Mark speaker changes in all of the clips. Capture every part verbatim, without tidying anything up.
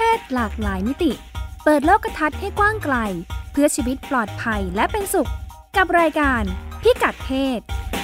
Speaker 1: ศหลากหลายมิติเปิดโลกทัศน์ให้กว้างไกลเพื่อชีวิตปลอดภัยและเป็นสุขกับรายการพิกัดเพศ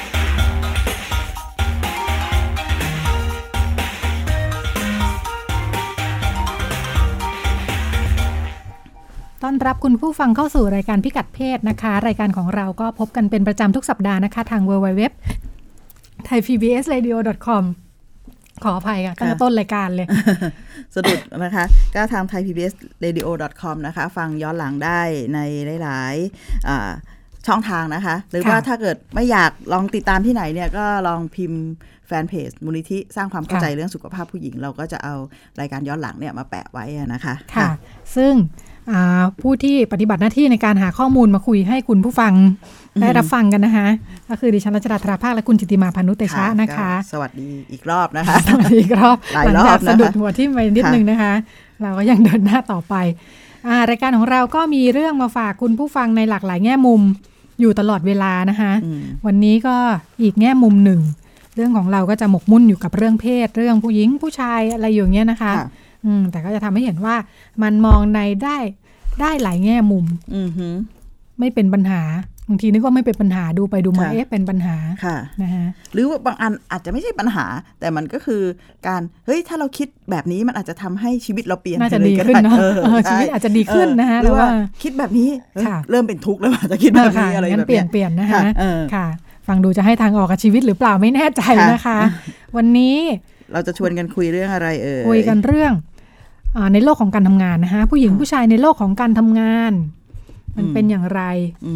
Speaker 2: ต้อนรับคุณผู้ฟังเข้าสู่รายการพิกัดเพศนะคะรายการของเราก็พบกันเป็นประจำทุกสัปดาห์นะคะทาง ดับเบิลยู ดับเบิลยู ดับเบิลยู ดอท ไทย พี บี เอส เรดิโอ ดอท คอม ขออภัยค่ะตั้งแต่ต้นรายการเลย
Speaker 3: สะดุดนะคะก็ทาง ไทย พี บี เอส เรดิโอ ดอท คอม นะคะฟังย้อนหลังได้ในหลายๆช่องทางนะคะหรือว่าถ้าเกิดไม่อยากลองติดตามที่ไหนเนี่ยก็ลองพิมพ์แฟนเพจมูลนิธิสร้างความเข้าใจเรื่องสุขภาพผู้หญิงเราก็จะเอารายการย้อนหลังเนี่ยมาแปะไว้นะคะ
Speaker 2: ค่ะซึ่งผู้ที่ปฏิบัติหน้าที่ในการหาข้อมูลมาคุยให้คุณผู้ฟังได้รับฟังกันนะคะก็คือดิฉันรัชดาธราภาคและคุณจิตติมาพานุเตชะนะคะ
Speaker 3: สวัสดีอีกรอบนะคะ
Speaker 2: สวัสดีอีกรอบหลายรอบนะคะสะดุดหัวที่ไปนิดนึงนะคะเราก็ยังเดินหน้าต่อไปรายการของเราก็มีเรื่องมาฝากคุณผู้ฟังในหลากหลายแง่มุมอยู่ตลอดเวลานะคะวันนี้ก็อีกแง่มุมหนึ่งเรื่องของเราก็จะหมกมุ่นอยู่กับเรื่องเพศเรื่องผู้หญิงผู้ชายอะไรอย่างเงี้ยนะคะอืมแต่ก็จะทำให้เห็นว่ามันมองในได้ได้หลายแง่มุมไม่เป็นปัญหาบางทีนึกว่าไม่เป็นปัญหาดูไปดูมาเอ๊ะเป็นปัญหา
Speaker 3: ค่ะ
Speaker 2: นะคะ
Speaker 3: หรือว่าบางอันอาจจะไม่ใช่ปัญหาแต่มันก็คือการเฮ้ยถ้าเราคิดแบบนี้มันอาจจะทำให้ชีวิตเราเปลี่ยน
Speaker 2: น่าจะดีขึ้นเนาะชีวิตอาจจะดีขึ้นนะคะ
Speaker 3: หรือว่าคิดแบบนี้เริ่มเป็นทุกข์แล้วอาจจะคิดแบบนี้อะไรแบบนี้
Speaker 2: เปลี่ยนเปลี่ยนนะคะค่ะฟังดูจะให้ทางออกกับชีวิตหรือเปล่าไม่แน่ใจนะคะวันนี้
Speaker 3: เราจะชวนกันคุยเรื่องอะไรเอ่ย
Speaker 2: คุยกันเรื่องในโลกของการทำงานนะคะผู้หญิงผู้ชายในโลกของการทำงานมันเป็นอย่างไร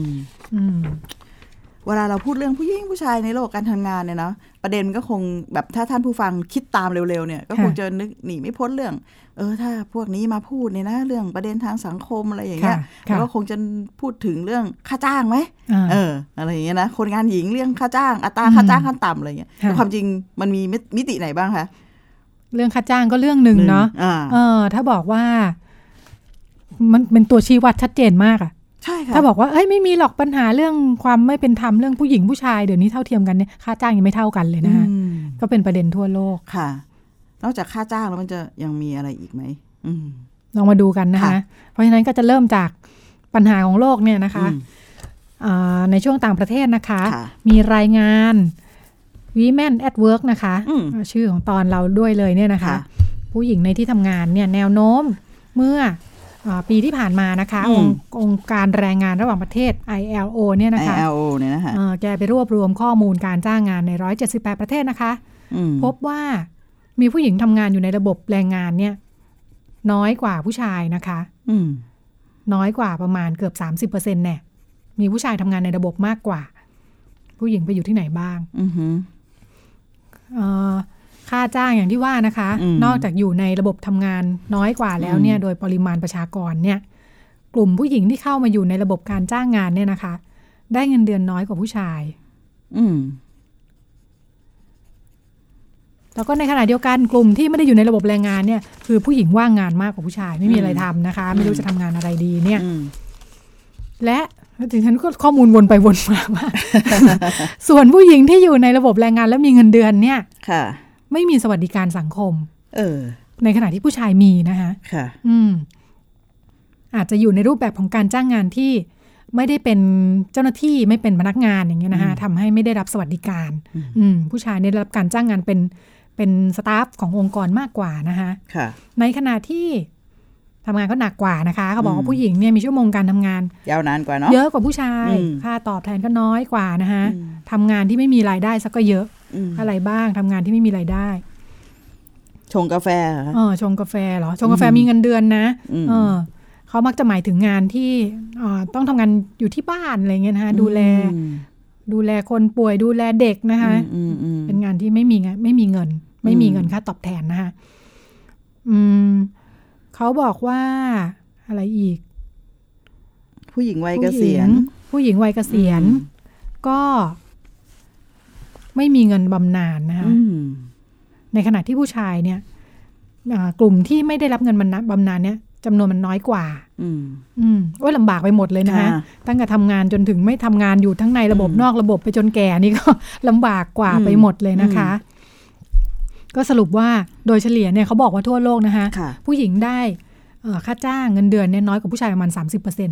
Speaker 3: เวลาเราพูดเรื่องผู้หญิงผู้ชายในโลกการทำงานเนี่ยเนาะประเด็นก็คงแบบถ้าท่านผู้ฟังคิดตามเร็วๆเนี่ยก็คงจะนึกหนีไม่พ้นเรื่องเออถ้าพวกนี้มาพูดเนี่ยนะเรื่องประเด็นทางสังคมอะไรอย่างเงี้ยก็คงจะพูดถึงเรื่องค่าจ้างไหมเอออะไรอย่างเงี้ยนะคนงานหญิงเรื่องค่าจ้างอัตราค่าจ้างขั้นต่ำอะไรอย่างเงี้ยความจริงมันมีมิติไหนบ้างคะ
Speaker 2: เรื่องค่าจ้างก็เรื่องหนึ่งเนาะเออถ้าบอกว่ามันเป็นตัวชี้วัดชัดเจนมากอะ
Speaker 3: ใช่ค่ะ
Speaker 2: ถ้าบอกว่าเอ้ยไม่มีหรอกปัญหาเรื่องความไม่เป็นธรรมเรื่องผู้หญิงผู้ชายเดี๋ยวนี้เท่าเทียมกันเนี่ยค่าจ้างยังไม่เท่ากันเลยนะคะก็เป็นประเด็นทั่วโลก
Speaker 3: ค่ะนอกจากค่าจ้างแล้วมันจะยังมีอะไรอีกไหม
Speaker 2: ลองมาดูกันนะคะเพราะฉะนั้นก็จะเริ่มจากปัญหาของโลกเนี่ยนะคะในช่วงต่างประเทศนะคะมีรายงาน Women at Work นะคะชื่อของตอนเราด้วยเลยเนี่ยนะคะผู้หญิงในที่ทำงานเนี่ยแนวโน้มเมื่อปีที่ผ่านมานะคะองค์องค์การแรงงานระหว่างประเทศ ไอ แอล โอ เนี่ยนะคะ
Speaker 3: ไอ แอล โอ เนี่ยนะคะ
Speaker 2: แกไปรวบรวมข้อมูลการจ้างงานในหนึ่งร้อยเจ็ดสิบแปดประเทศนะคะพบว่ามีผู้หญิงทำงานอยู่ในระบบแรงงานเนี่ยน้อยกว่าผู้ชายนะคะน้อยกว่าประมาณเกือบ สามสิบเปอร์เซ็นต์ แน่มีผู้ชายทำงานในระบบมากกว่าผู้หญิงไปอยู่ที่ไหนบ้างค่าจ้างอย่างที่ว่านะคะนอกจากอยู่ในระบบทำงานน้อยกว่าแล้วเนี่ยโดยปริมาณประชากรเนี่ยกลุ่มผู้หญิงที่เข้ามาอยู่ในระบบการจ้างงานเนี่ยนะคะได้เงินเดือนน้อยกว่าผู้ชายแล้วก็ในขณะเดียวกันกลุ่มที่ไม่ได้อยู่ในระบบแรงงานเนี่ยคือผู้หญิงว่างงานมากกว่าผู้ชายไม่มีอะไรทำนะคะไม่รู้จะทำงานอะไรดีเนี่ยและถึงฉันก็ข้อมูลวนไปวนมาว่าส่วนผู้หญิงที่อยู่ในระบบแรงงานแล้วมีเงินเดือนเนี่ยไม่มีสวัสดิการสังคม
Speaker 3: เออ
Speaker 2: ในขณะที่ผู้ชายมีนะคะ
Speaker 3: ค่ะ
Speaker 2: อืมอาจจะอยู่ในรูปแบบของการจ้างงานที่ไม่ได้เป็นเจ้าหน้าที่ไม่เป็นพนักงานอย่างเงี้ยนะคะทำให้ไม่ได้รับสวัสดิการอืมผู้ชายได้รับการจ้างงานเป็นเป็นสตาฟขององค์กรมากกว่านะคะ
Speaker 3: ค่ะ
Speaker 2: ในขณะที่ทำงานก็หนักกว่านะคะเขาบอกว่าผู้หญิงเนี่ยมีชั่วโมงการทำงาน
Speaker 3: ยาวนานกว่าเนาะ
Speaker 2: เยอะกว่าผู้ชายค่าตอบแทนก็น้อยกว่านะคะทำงานที่ไม่มีรายได้สักก็เยอะอะไรบ้างทำงานที่ไม่มีรายได้
Speaker 3: ชงกาแฟเหรอ
Speaker 2: เออชงกาแฟเหรอชงกาแฟมีเงินเดือนนะเออเขามักจะหมายถึงงานที่ต้องทำงานอยู่ที่บ้านอะไรเงี้ยนะคะดูแลดูแลคนป่วยดูแลเด็กนะคะเป็นงานที่ไม่มีไม่มีเงินไม่มีเงินค่าตอบแทนนะคะอืมเขาบอกว่าอะไรอีก
Speaker 3: ผู้หญิงวัยเกษียณ
Speaker 2: ผู้หญิงวัยเกษียณก็ไม่มีเงินบำนาญนะคะในขณะที่ผู้ชายเนี่ยกลุ่มที่ไม่ได้รับเงินบำนาญเนี่ยจำนวนมันน้อยกว่าอืมอืมโอ้ยลำบากไปหมดเลยนะคะตั้งแต่ทำงานจนถึงไม่ทำงานอยู่ทั้งในระบบนอกระบบไปจนแก่นี่ก็ลำบากกว่าไปหมดเลยนะคะก็สรุปว่าโดยเฉลี่ยเนี่ยเขาบอกว่าทั่วโลกนะคะผู้หญิงได้ค่าจ้างเงินเดือนเนี่ยน้อยกว่าผู้ชายประมาณ สามสิบเปอร์เซ็นต์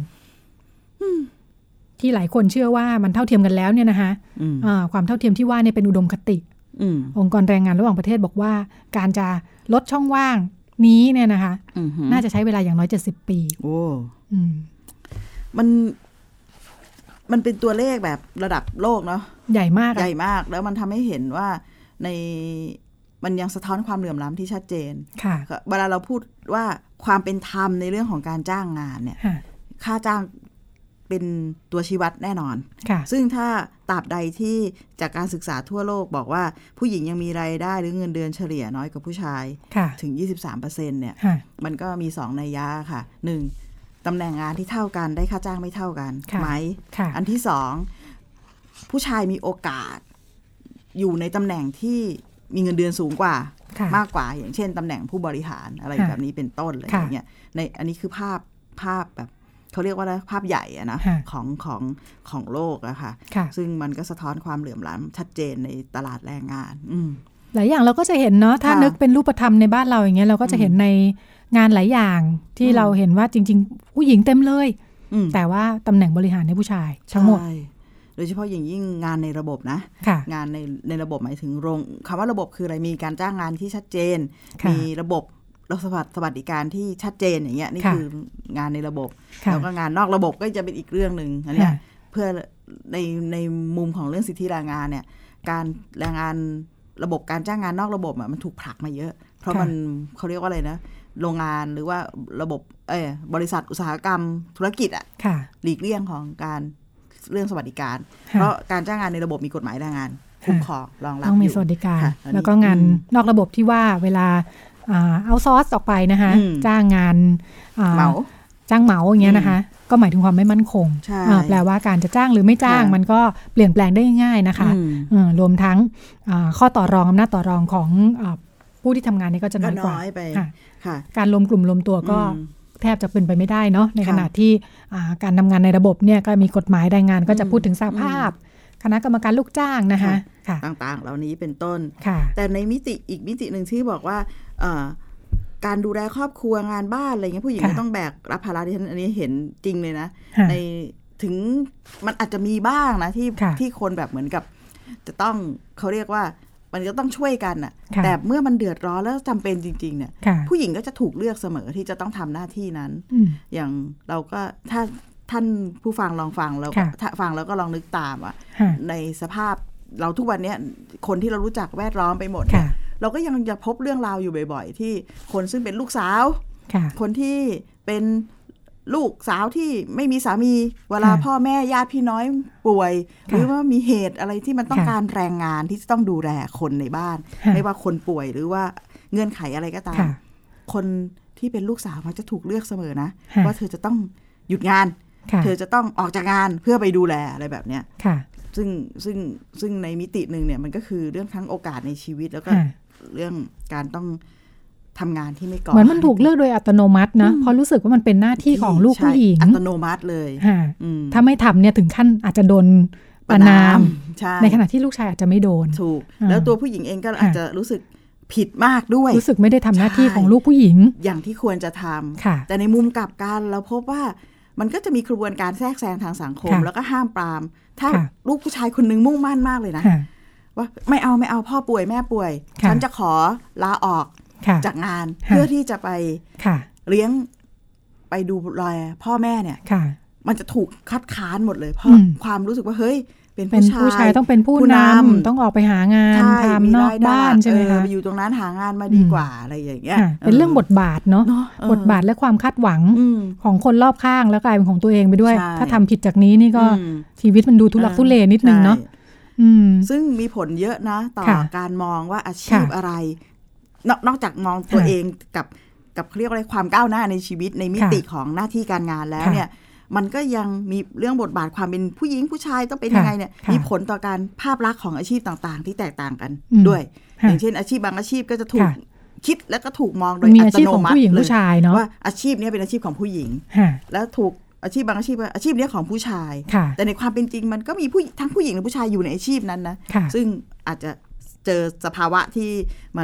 Speaker 2: ที่หลายคนเชื่อว่ามันเท่าเทียมกันแล้วเนี่ยนะคะความเท่าเทียมที่ว่าเนี่ยเป็นอุดมคติองค์กรแรงงานระหว่างประเทศบอกว่าการจะลดช่องว่างนี้เนี่ยนะคะน่าจะใช้เวลาอย่างน้อยเจ็ดสิบปี
Speaker 3: โอ้มันมันเป็นตัวเลขแบบระดับโลกเนาะ
Speaker 2: ใหญ่มาก
Speaker 3: ใหญ่มากแล้วมันทำให้เห็นว่าในมันยังสะท้อนความเหลื่อมล้ำที่ชัดเจนค่ะเวลาเราพูดว่าความเป็นธรรมในเรื่องของการจ้างงานเนี่ยค่าจ้างเป็นตัวชี้วัดแน่นอนซึ่งถ้าตราบใดที่จากการศึกษาทั่วโลกบอกว่าผู้หญิงยังมีรายได้หรือเงินเดือนเฉลี่ยน้อยกว่าผู้ชายถึง ยี่สิบสามเปอร์เซ็นต์ เนี่ยมันก็มีสองนัยยะค่ะหนึ่งตำแหน่งงานที่เท่ากันได้ค่าจ้างไม่เท่ากันไหมอันที่สองผู้ชายมีโอกาสอยู่ในตำแหน่งที่มีเงินเดือนสูงกว่ามากกว่าอย่างเช่นตำแหน่งผู้บริหารอะไรแบบนี้เป็นต้นอะไรอย่างเงี้ยในอันนี้คือภาพภาพแบบเขาเรียกว่าภาพใหญ่อะนะของของของโลกอะค่ะซึ่งมันก็สะท้อนความเหลื่อมล้ำชัดเจนในตลาดแรงงาน
Speaker 2: หลายอย่างเราก็จะเห็นเนาะถ้านึกเป็นรูปธรรมในบ้านเราอย่างเงี้ยเราก็จะเห็นในงานหลายอย่างที่เราเห็นว่าจริงๆผู้หญิงเต็มเลยแต่ว่าตำแหน่งบริหารในผู้ชายทั้งหมด
Speaker 3: โดยเฉพาะอย่างยิ่งงานในระบบนะงานในในระบบหมายถึงโรงคำว่าระบบคืออะไรมีการจ้างงานที่ชัดเจนมีระบบรัฐสวัสดิการที่ชัดเจนอย่างเงี้ยนี่คืองานในระบบแล้วก็งานนอกระบบก็จะเป็นอีกเรื่องนึงอันนี้เพื่อในในมุมของเรื่องสิทธิแรงงานเนี่ยการแรงงานระบบการจ้างงานนอกระบบอ่ะมันถูกผลักมาเยอะเพราะมันเขาเรียกว่าอะไรนะโรงงานหรือว่าระบบเออบริษัทอุตสาหกรรมธุรกิจอ่ะหลีกเลี่ยงของการเรื่องสวัสดิการเพราะการจ้างงานในระบบมีกฎหมายแรงงานคุ้มครองรองรับ
Speaker 2: ต้องมีสวัสดิการแล้วก็งานนอกระบบที่ว่าเวลาเอาซอร์สออกไปนะคะจ้างงาน
Speaker 3: เหมา
Speaker 2: จ้างเหมาอย่างเงี้ยนะคะก็หมายถึงความไม่มั่นคงแปลว่าการจะจ้างหรือไม่จ้างมันก็เปลี่ยนแปลงได้ง่ายนะคะรวมทั้งข้อต่อรองอำนาจต่อรองของผู้ที่ทำงานนี่ก็จะน้อยกว่าการรวมกลุ่มรวมตัวก็แทบจะเป็นไปไม่ได้เนาะในขณะที่การทำงานในระบบเนี่ยก็มีกฎหมายแรงงานก็จะพูดถึงสภาพคณะกรรมการลูกจ้างนะคะ
Speaker 3: ต่างๆเหล่านี้เป็นต้นแต่ในมิติอีกมิติหนึ่งที่บอกว่าการดูแลครอบครัวงานบ้านอะไรเงี้ยผู้หญิงก็ต้องแบกรับภาระที่ฉันอันนี้เห็นจริงเลยนะในถึงมันอาจจะมีบ้างนะที่ที่คนแบบเหมือนกับจะต้องเขาเรียกว่ามันก็ต้องช่วยกันอ่ะแต่เมื่อมันเดือดร้อนแล้วจำเป็นจริงๆเนี่ยผู้หญิงก็จะถูกเลือกเสมอที่จะต้องทำหน้าที่นั้นอย่างเราก็ถ้าท่านผู้ฟังลองฟังแล้วฟังแล้วก็ลองนึกตามอ่ะในสภาพเราทุกวันนี้คนที่เรารู้จักแวดล้อมไปหมดเราก็ยังจะพบเรื่องราวอยู่บ่อยๆที่คนซึ่งเป็นลูกสาวคนที่เป็นลูกสาวที่ไม่มีสามีเวลาพ่อแม่ญาติพี่น้อยป่วยหรือว่ามีเหตุอะไรที่มันต้องการแรงงานที่จะต้องดูแลคนในบ้านไม่ว่าคนป่วยหรือว่าเงื่อนไขอะไรก็ตามคนที่เป็นลูกสาวมันจะถูกเลือกเสมอนะว่าเธอจะต้องหยุดงานเธอจะต้องออกจากงานเพื่อไปดูแลอะไรแบบเนี้ยซึ่งซึ่งซึ่งในมิติหนึ่งเนี่ยมันก็คือเรื่องทั้งโอกาสในชีวิตแล้วก็เรื่องการต้องทำงานที่ไม่ก่อ
Speaker 2: เหมือนมันถูกเลือกโดยอัตโนมัตินะเพราะรู้สึกว่ามันเป็นหน้าที่ของลูกผู้หญิง
Speaker 3: อัตโนมัติเลย
Speaker 2: ถ้าไม่ทำเนี่ยถึงขั้นอาจจะโดนประณามในขณะที่ลูกชายอาจจะไม่โดน
Speaker 3: ถูกแล้วตัวผู้หญิงเองก็อาจจะรู้สึกผิดมากด้วย
Speaker 2: รู้สึกไม่ได้ทำหน้าที่ของลูกผู้หญิง
Speaker 3: อย่างที่ควรจะทำแต่ในมุมกลับกันเราพบว่ามันก็จะมีกระบวนการแทรกแซงทางสังคมแล้วก็ห้ามปรามถ้าลูกผู้ชายคนนึงมุ่งมั่นมากเลยนะว่าไม่เอาไม่เอาพ่อป่วยแม่ป่วยฉันจะขอลาออกจากงานเพื่อที่จะไปเลี้ยงไปดูแลพ่อแม่เนี่ยมันจะถูกคัดค้านหมดเลยเพราะความรู้สึกว่าเฮ้ยเป็นผู้ชาย
Speaker 2: ชายต้องเป็นผู้นำต้องออกไปหางานทำนอกบ้านใช่ไหมคะ
Speaker 3: อยู่ตรงนั้นหางานมาดีกว่าอะไรอย่างเงี้ย
Speaker 2: เป็นเรื่องบทบาทเนาะบทบาทและความคาดหวังของคนรอบข้างแล้วกลายเป็นของตัวเองไปด้วยถ้าทำผิดจากนี้นี่ก็ชีวิตมันดูทุลักทุเลนิดนึงเนาะ
Speaker 3: ซึ่งมีผลเยอะนะต่อการมองว่าอาชีพอะไรนอกจากมองตัวเองกับกับเรียกว่าอะไรความก้าวหน้าในชีวิตในมิติของหน้าที่การงานแล้วเนี่ยมันก็ยังมีเรื่องบทบาทความเป็นผู้หญิงผู้ชายต้องเป็นยังไงเนี่ยมีผลต่อการภาพลักษณ์ของอาชีพต่างๆที่แตกต่างกันด้วยอย่างเช่นอาชีพบางอาชีพก็จะถูกคิดแล้วก็ถูกมองโดยอัตโนมัติเลยว่าอาชีพนี้เป็นอาชีพของผู้หญิงแล้วถูกอาชีพบางอาชีพอาชีพนี้ของผู้ชายแต่ในความเป็นจริงมันก็มีผู้ทั้งผู้หญิงและผู้ชายอยู่ในอาชีพนั้นนะซึ่งอาจจะเจอสภาวะที่มัน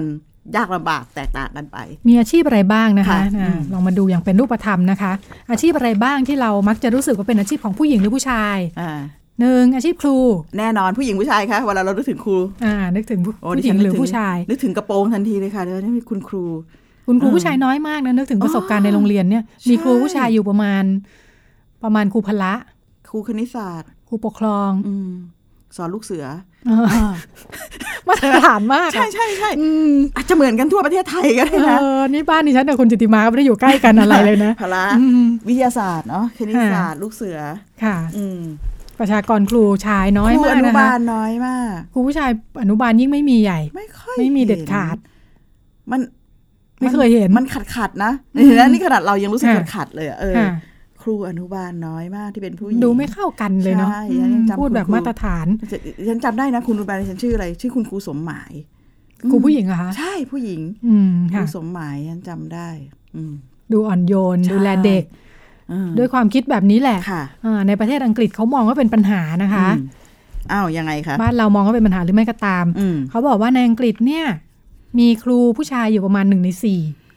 Speaker 3: ยากลำบากแตกต่างกันไป
Speaker 2: มีอาชีพอะไรบ้างนะคะลองมาดูอย่างเป็นรูปธรรมนะคะอาชีพอะไรบ้างที่เรามักจะรู้สึกว่าเป็นอาชีพของผู้หญิงหรือผู้ชายหนึ่งอาชีพครู
Speaker 3: แน่นอนผู้หญิงผู้ชายคะเวลาเรานึกถึงครู
Speaker 2: อ่านึกถึงผู้หญิงหรือผู้ชาย
Speaker 3: นึกถึงกระโปรงทันทีเลยค่ะเดี๋ยวนี้คุณครู
Speaker 2: คุณครูผู้ชายน้อยมากนะนึกถึงประสบการณ์ในโรงเรียนเนี่ยมีครูผู้ชายอยู่ประมาณประมาณครูพละ
Speaker 3: ครูคณิตศาสตร์
Speaker 2: ครูปกครอง
Speaker 3: สอนลูกเสือ
Speaker 2: มาตรฐานมาก
Speaker 3: ใช่ใช่ใช่อาจจะเหมือนกันทั่วประเทศไทยก็ได้นะ
Speaker 2: นี่บ้านดิฉันกับคุณจิตติมาไม่ได้อยู่ใกล้กันอะไรเลยนะ
Speaker 3: พละวิทยาศาสตร์เนาะคณิตศาสตร์ลูกเสือ
Speaker 2: ค่ะประชากรครูชายน้อยมากนะคะครูอนุ
Speaker 3: บาลน้อยมาก
Speaker 2: ครูผู้ชายอนุบาลยิ่งไม่มีใหญ่
Speaker 3: ไม่ค่อย
Speaker 2: ไม่มีเด็ดขาด
Speaker 3: มัน
Speaker 2: ไม่เคยเห็น
Speaker 3: มันขัดขัดนะนี่นะนี่ขนาดเรายังรู้สึกขัดขัดเลยเออครูอนุบาลน้อยมากที่เป็นผู้หญิง
Speaker 2: ดูไม่เข้ากันเลยเนาะพูดแบบมาตรฐาน
Speaker 3: ฉันจำได้นะคุณอนุบาลฉันชื่ออะไรชื่อคุณครูสมหมาย
Speaker 2: ครูผู้หญิงเหรอคะ
Speaker 3: ใช่ผู้หญิงครูสมหมายฉันจำได้
Speaker 2: ดูอ่อนโยนดูแลเด็กด้วยความคิดแบบนี้แหละในประเทศอังกฤษเขามองว่าเป็นปัญหานะคะ
Speaker 3: อ้าวยังไงคะ
Speaker 2: บ้านเรามองว่าเป็นปัญหาหรือไม่ก็ตามเขาบอกว่าในอังกฤษเนี่ยมีครูผู้ชายอยู่ประมาณหนึ่งในสี่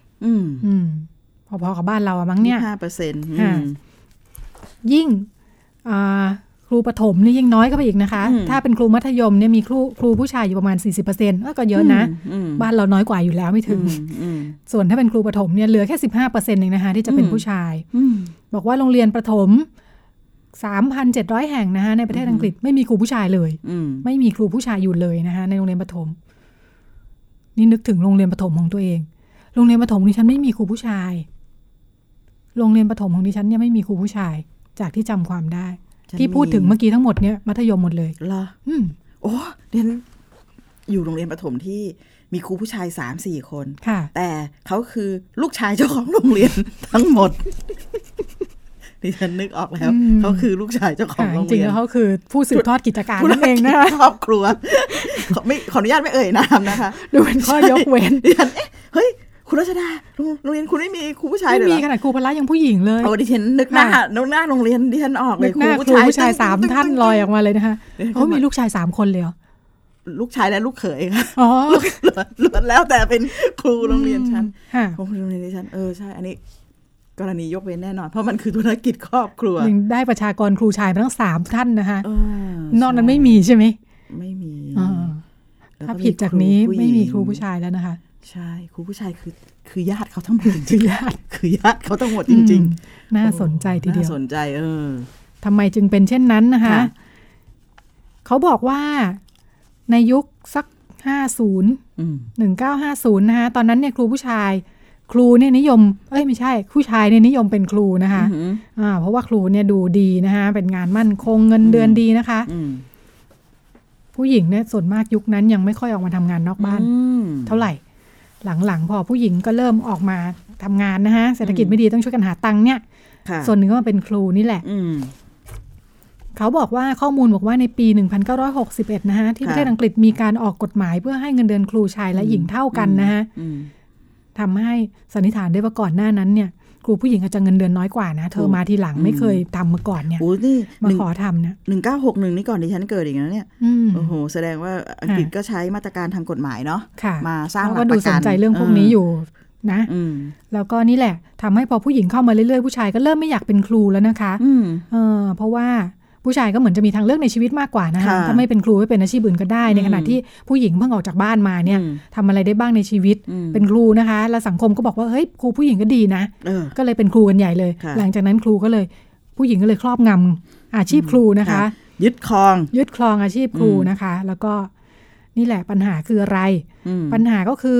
Speaker 2: พอๆกับบ้านเราอะมั้งเนี่ย
Speaker 3: ห้าเปอร์เซ็นต์
Speaker 2: ยิ่งครูประถมนี่ยิ่งน้อยก็ไปอีกนะคะถ้าเป็นครูมัธยมเนี่ยมีครูครูผู้ชายอยู่ประมาณ สี่สิบเปอร์เซ็นต์ ก็เยอะนะบ้านเราน้อยกว่าอยู่แล้วไม่ถึงส่วนถ้าเป็นครูประถมเนี่ยเหลือแค่ สิบห้าเปอร์เซ็นต์ เองนะคะที่จะเป็นผู้ชายบอกว่าโรงเรียนประถม สามพันเจ็ดร้อย แห่งนะคะในประเทศอังกฤษไม่มีครูผู้ชายเลยไม่มีครูผู้ชายอยู่เลยนะคะในโรงเรียนประถมนี่นึกถึงโรงเรียนประถมของตัวเองโรงเรียนประถมดิฉันไม่มีครูผู้ชายโรงเรียนประถมของดิฉันเนี่ยไม่มีครูผู้ชายจากที่จำความได้ที่พูดถึงเมื่อกี้ทั้งหมดเนี่ยมัธยมหมดเลย
Speaker 3: เหรออืมโอ้เรียนอยู่โรงเรียนประถมที่มีครูผู้ชาย สามสี่ คน
Speaker 2: ค่ะ
Speaker 3: แต่เขาคือลูกชายเจ้าของโรงเรียนทั้งหมดดิฉันนึกออกแล้วเขาคือลูกชายเจ้าของโรงเรียน
Speaker 2: จริงๆแล้วเขาคือผู้สืบทอดกิจการนั่นเองนะ
Speaker 3: ครอบครัวไม่ขออนุญาตไม่เอ่ยนามนะคะ
Speaker 2: ดูเป็นข้อยกเว้น
Speaker 3: ดิฉันเฮ้ยคุณรัชดาโรงเรียนคุณไม่มีครูผู้ชายเลยเหรอ
Speaker 2: ไม่มีขนาดครูพละยังผู้หญิงเลย
Speaker 3: โอ้ดิฉันนึกหน้านึกหน้าโรงเรียนดิฉันออกเลย
Speaker 2: ครูผู้ชายสามท่านลอยออกมาเลยนะคะเขามีลูกชายสามคนเลยเหรอ
Speaker 3: ลูกชายและลูกเขยค่ะอ๋อล้วนแล้วแต่เป็นครูโรงเรียนฉันโรงเรียนดิฉันเออใช่อันนี้กรณียกเว้นแน่นอนเพราะมันคือธุรกิจครอบครัว
Speaker 2: ยังได้ประชากรครูชายทั้งสามท่านนะคะนอกนั้นไม่มีใช่ไหม
Speaker 3: ไม่มี
Speaker 2: ถ้าผิดจากนี้ไม่มีครูผู้ชายแล้วนะคะ
Speaker 3: ใช่ครูผู้ชายคือคือญาติเขาทั้งหมดคือญาติคือญาติเขาทั้งหมดจริง
Speaker 2: ๆน่าสนใจทีเดียว
Speaker 3: น่าสนใจเออ
Speaker 2: ทำไมจึงเป็นเช่นนั้นนะคะเขาบอกว่าในยุคสักห้าสิบ หนึ่งเก้าห้าศูนย์นะคะตอนนั้นเนี่ยครูผู้ชายครูเนี่ยนิยมเอ้ยไม่ใช่ผู้ชายเนี่ยนิยมเป็นครูนะคะอ่าเพราะว่าครูเนี่ยดูดีนะคะเป็นงานมั่นคงเงินเดือนดีนะคะผู้หญิงเนี่ยส่วนมากยุคนั้นยังไม่ค่อยออกมาทำงานนอกบ้านเท่าไหร่หลังๆพอผู้หญิงก็เริ่มออกมาทำงานนะคะเศรษฐกิจไม่ดีต้องช่วยกันหาตังค์เนี่ยส่วนหนึ่งก็มาเป็นครูนี่แหละเขาบอกว่าข้อมูลบอกว่าในปีหนึ่งพันเก้าร้อยหกสิบเอ็ดนะคะที่ประเทศอังกฤษมีการออกกฎหมายเพื่อให้เงินเดือนครูชายและหญิงเท่ากันนะคะทำให้สันนิษฐานได้ว่าก่อนหน้านั้นเนี่ยครูผู้หญิงอาจจะเงินเดือนน้อยกว่านะเธอมาทีหลังไม่เคยทำมาก่อนเนี่ยมาขอทำนะ
Speaker 3: หนึ่งเก้าหกหนึ่งนี่ก่อนดิฉันเกิดอีกแล้วเนี่ยโอ้โหแสดงว่าอังกฤษก็ใช้มาตรการทางกฎหมายเนาะมาสร้างหลักประกัน
Speaker 2: ก็ดูสนใจเรื่องพวกนี้อยู่นะแล้วก็นี่แหละทำให้พอผู้หญิงเข้ามาเรื่อยๆผู้ชายก็เริ่มไม่อยากเป็นครูแล้วนะคะเออเพราะว่าผู้ชายก็เหมือนจะมีทางเลือกในชีวิตมากกว่านะคะถ้าไม่เป็นครูไม่เป็นอาชีพอื่นก็ได้ในขณะที่ผู้หญิงเพิ่งออกจากบ้านมาเนี่ยทำอะไรได้บ้างในชีวิตเป็นครูนะคะแล้วสังคมก็บอกว่าเฮ้ยครูผู้หญิงก็ดีนะก็เลยเป็นครูกันใหญ่เลยหลังจากนั้นครูก็เลยผู้หญิงก็เลยครอบงำอาชีพครูนะคะ
Speaker 3: ยึดครอง
Speaker 2: ยึดครองอาชีพครูนะคะแล้วก็นี่แหละปัญหาคืออะไรปัญหาก็คือ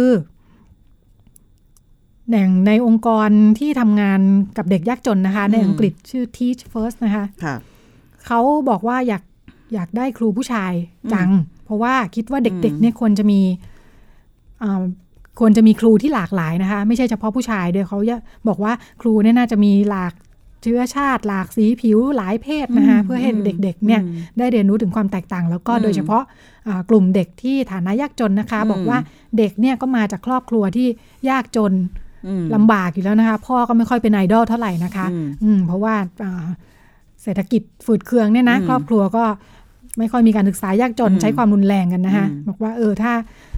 Speaker 2: อย่างในองค์กรที่ทำงานกับเด็กยากจนนะคะในอังกฤษชื่อ Teach First นะคะเขาบอกว่าอยากอยากได้ครูผู้ชายจังเพราะว่าคิดว่าเด็กๆเนี่ยควรจะมีควรจะมีครูที่หลากหลายนะคะไม่ใช่เฉพาะผู้ชายด้วยเขาบอกว่าครูเนี่ยน่าจะมีหลากเชื้อชาติหลากสีผิวหลายเพศนะคะเพื่อให้เด็กๆเนี่ยได้เรียนรู้ถึงความแตกต่างแล้วก็โดยเฉพาะกลุ่มเด็กที่ฐานะยากจนนะคะบอกว่าเด็กเนี่ยก็มาจากครอบครัวที่ยากจนลำบากอยู่แล้วนะคะพ่อก็ไม่ค่อยเป็นไอดอลเท่าไหร่นะคะเพราะว่าเศรษฐกิจฝืดเคืองเนี่ยนะครอบครัวก็ไม่ค่อยมีการศึกษายากจนใช้ความรุนแรงกันนะคะบอกว่าเออถ้า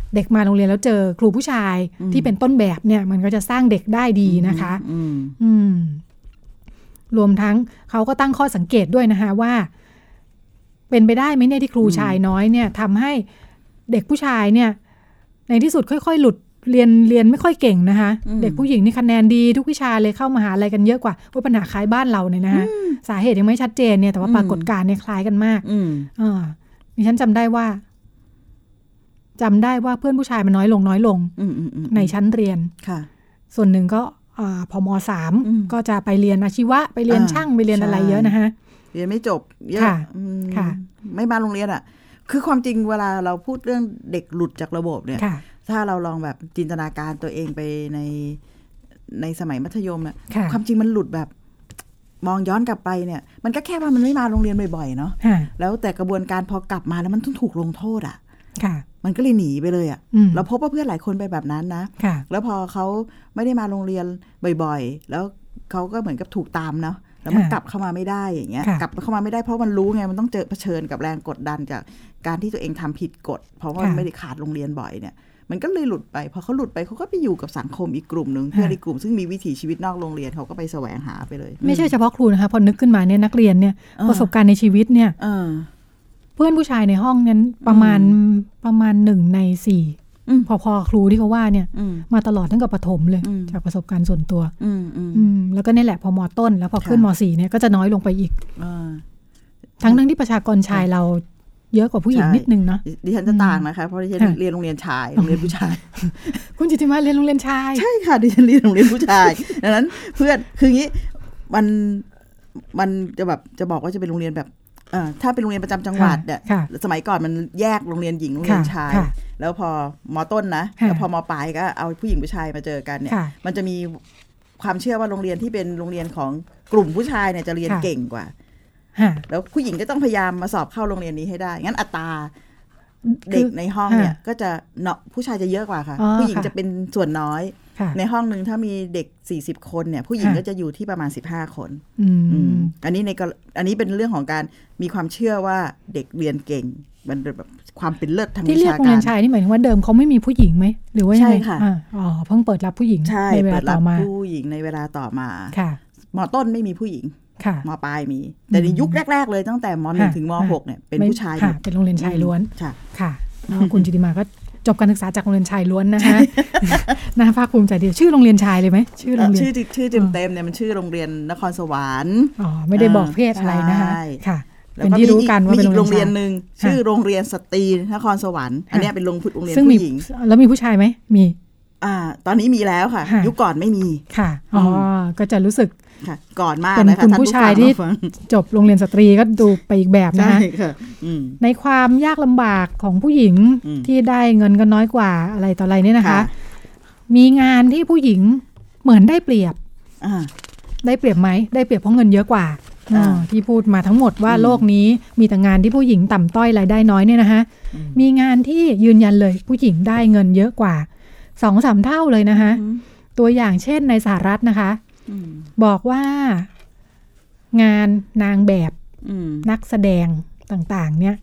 Speaker 2: เด็กมาโรงเรียนแล้วเจอครูผู้ชายที่เป็นต้นแบบเนี่ยมันก็จะสร้างเด็กได้ดีนะคะอืมรวมทั้งเขาก็ตั้งข้อสังเกตด้วยนะคะว่าเป็นไปได้ไหมเนี่ยที่ครูชายน้อยเนี่ยทำให้เด็กผู้ชายเนี่ยในที่สุดค่อยๆหลุดเรียนเรียนไม่ค่อยเก่งนะคะเด็กผู้หญิงนี่คะแนนดีทุกวิชาเลยเข้ามหาลัยกันเยอะกว่าว่าปัญหาคล้ายบ้านเราเนี่ยนะคะสาเหตุยังไม่ชัดเจนเนี่ยแต่ว่าปรากฏการณ์เนี่ยคล้ายกันมากอ่าดิฉันจำได้ว่าจำได้ว่าเพื่อนผู้ชายมันน้อยลงน้อยลงในชั้นเรียนค่ะส่วนหนึ่งก็พอมสามก็จะไปเรียนอาชีวะไปเรียนช่างไปเรียนอะไรเยอะนะคะ
Speaker 3: เรียนไม่จบเยอะค่ะไม่มาโรงเรียนอ่ะคือความจริงเวลาเราพูดเรื่องเด็กหลุดจากระบบเนี่ยถ้าเราลองแบบจินตนาการตัวเองไปในในสมัยมัธยมอ่ะความจริงมันหลุดแบบมองย้อนกลับไปเนี่ยมันก็แค่ว่ามันไม่มาโรงเรียนบ่อยๆเนาะแล้วแต่กระบวนการพอกลับมาแล้วมันต้องถูกลงโทษอ่ะมันก็เลยหนีไปเลยอ่ะเราพบว่าเพื่อนหลายคนไปแบบนั้นนะแล้วพอเขาไม่ได้มาโรงเรียนบ่อยๆแล้วเขาก็เหมือนกับถูกตามเนาะแล้วมันกลับเข้ามาไม่ได้อย่างเงี้ยกลับเข้ามาไม่ได้เพราะมันรู้ไงมันต้องเจอเผชิญกับแรงกดดันจากการที่ตัวเองทำผิดกฎเพราะว่าไม่ได้ขาดโรงเรียนบ่อยเนี่ยมันก็เลยหลุดไปพอเขาหลุดไปเขาก็ไปอยู่กับสังคมอีกกลุ่มนึงเพื่อนอีกกลุ่มซึ่งมีวิถีชีวิตนอกโรงเรียนเขาก็ไปแสวงหาไปเลย
Speaker 2: ไม่ใช่เฉพาะครูนะคะพอนึกขึ้นมาเนี่ยนักเรียนเนี่ยประสบการณ์ในชีวิตเนี่ยเพื่อนผู้ชายในห้องนั้นประมาณประมาณหนึ่งในสี่พอพอครูที่เขาว่าเนี่ยมาตลอดตั้งแต่ประถมเลยจากประสบการณ์ส่วนตัวแล้วก็นี่แหละพอม.ต้นแล้วพอขึ้นม.สี่เนี่ยก็จะน้อยลงไปอีกทั้งทั้งที่ประชากรชายเราเยอะกว่าผู้หญิงนิดนึงเนาะ
Speaker 3: ดิฉันจะต่างนะคะเพราะดิฉันเรียนโรงเรียนชายโรงเรียนผู้ชาย
Speaker 2: คุณจิตติมาเรียนโรงเรียนชาย
Speaker 3: ใช่ค่ะดิฉันเรียนโรงเรียนผู้ชายดังนั้นเพื่อนคืองี้มันมันจะแบบจะบอกว่าจะเป็นโรงเรียนแบบถ้าเป็นโรงเรียนประจำจังหวัดเนี่ยสมัยก่อนมันแยกโรงเรียนหญิงโรงเรียนชายแล้วพอม.ต้นนะแล้วพอม.ปลายก็เอาผู้หญิงผู้ชายมาเจอกันเนี่ยมันจะมีความเชื่อว่าโรงเรียนที่เป็นโรงเรียนของกลุ่มผู้ชายเนี่ยจะเรียนเก่งกว่าแล้วผู้หญิงก็ต้องพยายามมาสอบเข้าโรงเรียนนี้ให้ได้งั้นอัตราเด็กในห้องเนี่ยก็จะเนาะผู้ชายจะเยอะกว่าค่ะผู้หญิงจะเป็นส่วนน้อยในห้องนึงถ้ามีเด็กสี่สิบคนเนี่ยผู้หญิงก็จะอยู่ที่ประมาณสิบห้าคนอันนี้ในอันนี้เป็นเรื่องของการมีความเชื่อว่าเด็กเรียนเก่งมันแบบความเป็นเลิศทางวิชาการ
Speaker 2: ที่เรียกโรงเรียนชายนี่หมายถึงว่าเดิมเขาไม่มีผู้หญิงไหมหรือว่ายังไง
Speaker 3: ค่ะ
Speaker 2: อ๋อเพิ่งเปิดรับผู้หญิงในเวลาต่อมา
Speaker 3: ผู้หญิงในเวลาต่อมาค่ะม.ต้นไม่มีผู้หญิงม.ปลายมีแต่ในยุคแรกๆเลยตั้งแต่ม.หนึ่งถึงม.หกเนี่ยเป็นผู้ชาย
Speaker 2: เป็นโรงเรียนชายล้วนค่ะคุณจิตติมาก็จบการศึกษาจากโรงเรียนชายล้วนนะคะน่าภาคภูมิใจดีชื่อโรงเรียนชายเลยไหมชื่อโรงเรียน
Speaker 3: ชื่อชื่อเต็มๆเนี่ยมันชื่อโรงเรียนนครสวรรค์
Speaker 2: อ๋อไม่ได้บอกเพศอะไรนะคะค่ะ
Speaker 3: เป็นที่รู้กันว่าเป็นโรงเรียนนึงชื่อโรงเรียนสตรีนครสวรรค์อันนี้เป็นโรงเรียนผู้หญิง
Speaker 2: แล้วมีผู้ชายไหมมี
Speaker 3: อ่าตอนนี้มีแล้วค่ะยุคก่อนไม่มี
Speaker 2: ค่ะอ๋อก็จะรู้สึก
Speaker 3: ก่อนมาก
Speaker 2: นะคะเป็นคุณผู้ชายที่จบโรงเรียนสตรีก็ดูไปอีกแบบนะคะในความยากลำบากของผู้หญิงที่ได้เงินก็น้อยกว่าอะไรต่ออะไรเนี่ยนะคะมีงานที่ผู้หญิงเหมือนได้เปรียบได้เปรียบไหมได้เปรียบเพราะเงินเยอะกว่าที่พูดมาทั้งหมดว่าโลกนี้มีแต่งานที่ผู้หญิงต่ำต้อยรายได้น้อยเนี่ยนะคะมีงานที่ยืนยันเลยผู้หญิงได้เงินเยอะกว่าสองสามเท่าเลยนะคะตัวอย่างเช่นในสหรัฐนะคะบอกว่างานนางแบบนักแสดงต่างๆเนี่ย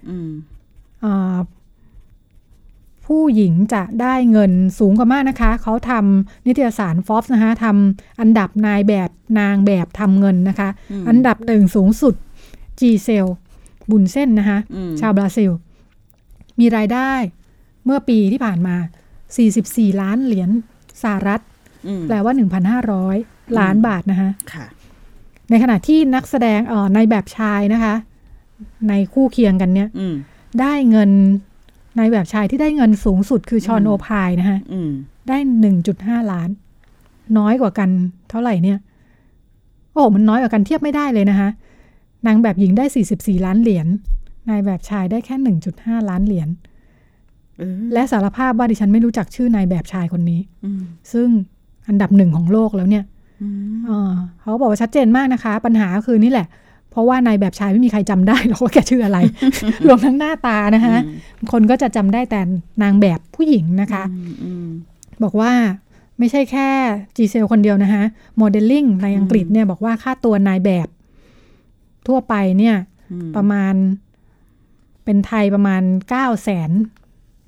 Speaker 2: ผู้หญิงจะได้เงินสูงกว่ามากนะคะเขาทำนิตยสาร Forbes นะคะทำอันดับนายแบบนางแบบทำเงินนะคะอันดับหนึ่งสูงสุดจีเซลบุนเส้นนะคะชาวบราซิลมีรายได้เมื่อปีที่ผ่านมาสี่สิบสี่ล้านเหรียญสหรัฐแปลว่า หนึ่งพันห้าร้อย ล้านบาทนะคะในขณะที่นักแสดงเอ่อในแบบชายนะคะในคู่เคียงกันเนี่ยได้เงินในแบบชายที่ได้เงินสูงสุดคือชอนโอพายนะคะได้ หนึ่งจุดห้า ล้านน้อยกว่ากันเท่าไหร่เนี่ยโอ้มันน้อยกว่ากันเทียบไม่ได้เลยนะคะนางแบบหญิงได้สี่สิบสี่ล้านเหรียญนายแบบชายได้แค่ หนึ่งจุดห้า ล้านเหรียญและสารภาพว่าดิฉันไม่รู้จักชื่อนายแบบชายคนนี้ซึ่งอันดับหนึ่งของโลกแล้วเนี่ยเขาบอกว่าชัดเจนมากนะคะปัญหาคือนี่แหละเพราะว่านายแบบชายไม่มีใครจำได้หรอกว่าแกชื่ออะไร รวมทั้งหน้าตานะคะคนก็จะจำได้แต่นางแบบผู้หญิงนะคะบอกว่าไม่ใช่แค่จีเซลคนเดียวนะคะโมเดลลิ่งในอังกฤษเนี่ยบอกว่าค่าตัวนายแบบทั่วไปเนี่ยประมาณเป็นไทยประมาณเก้าแสน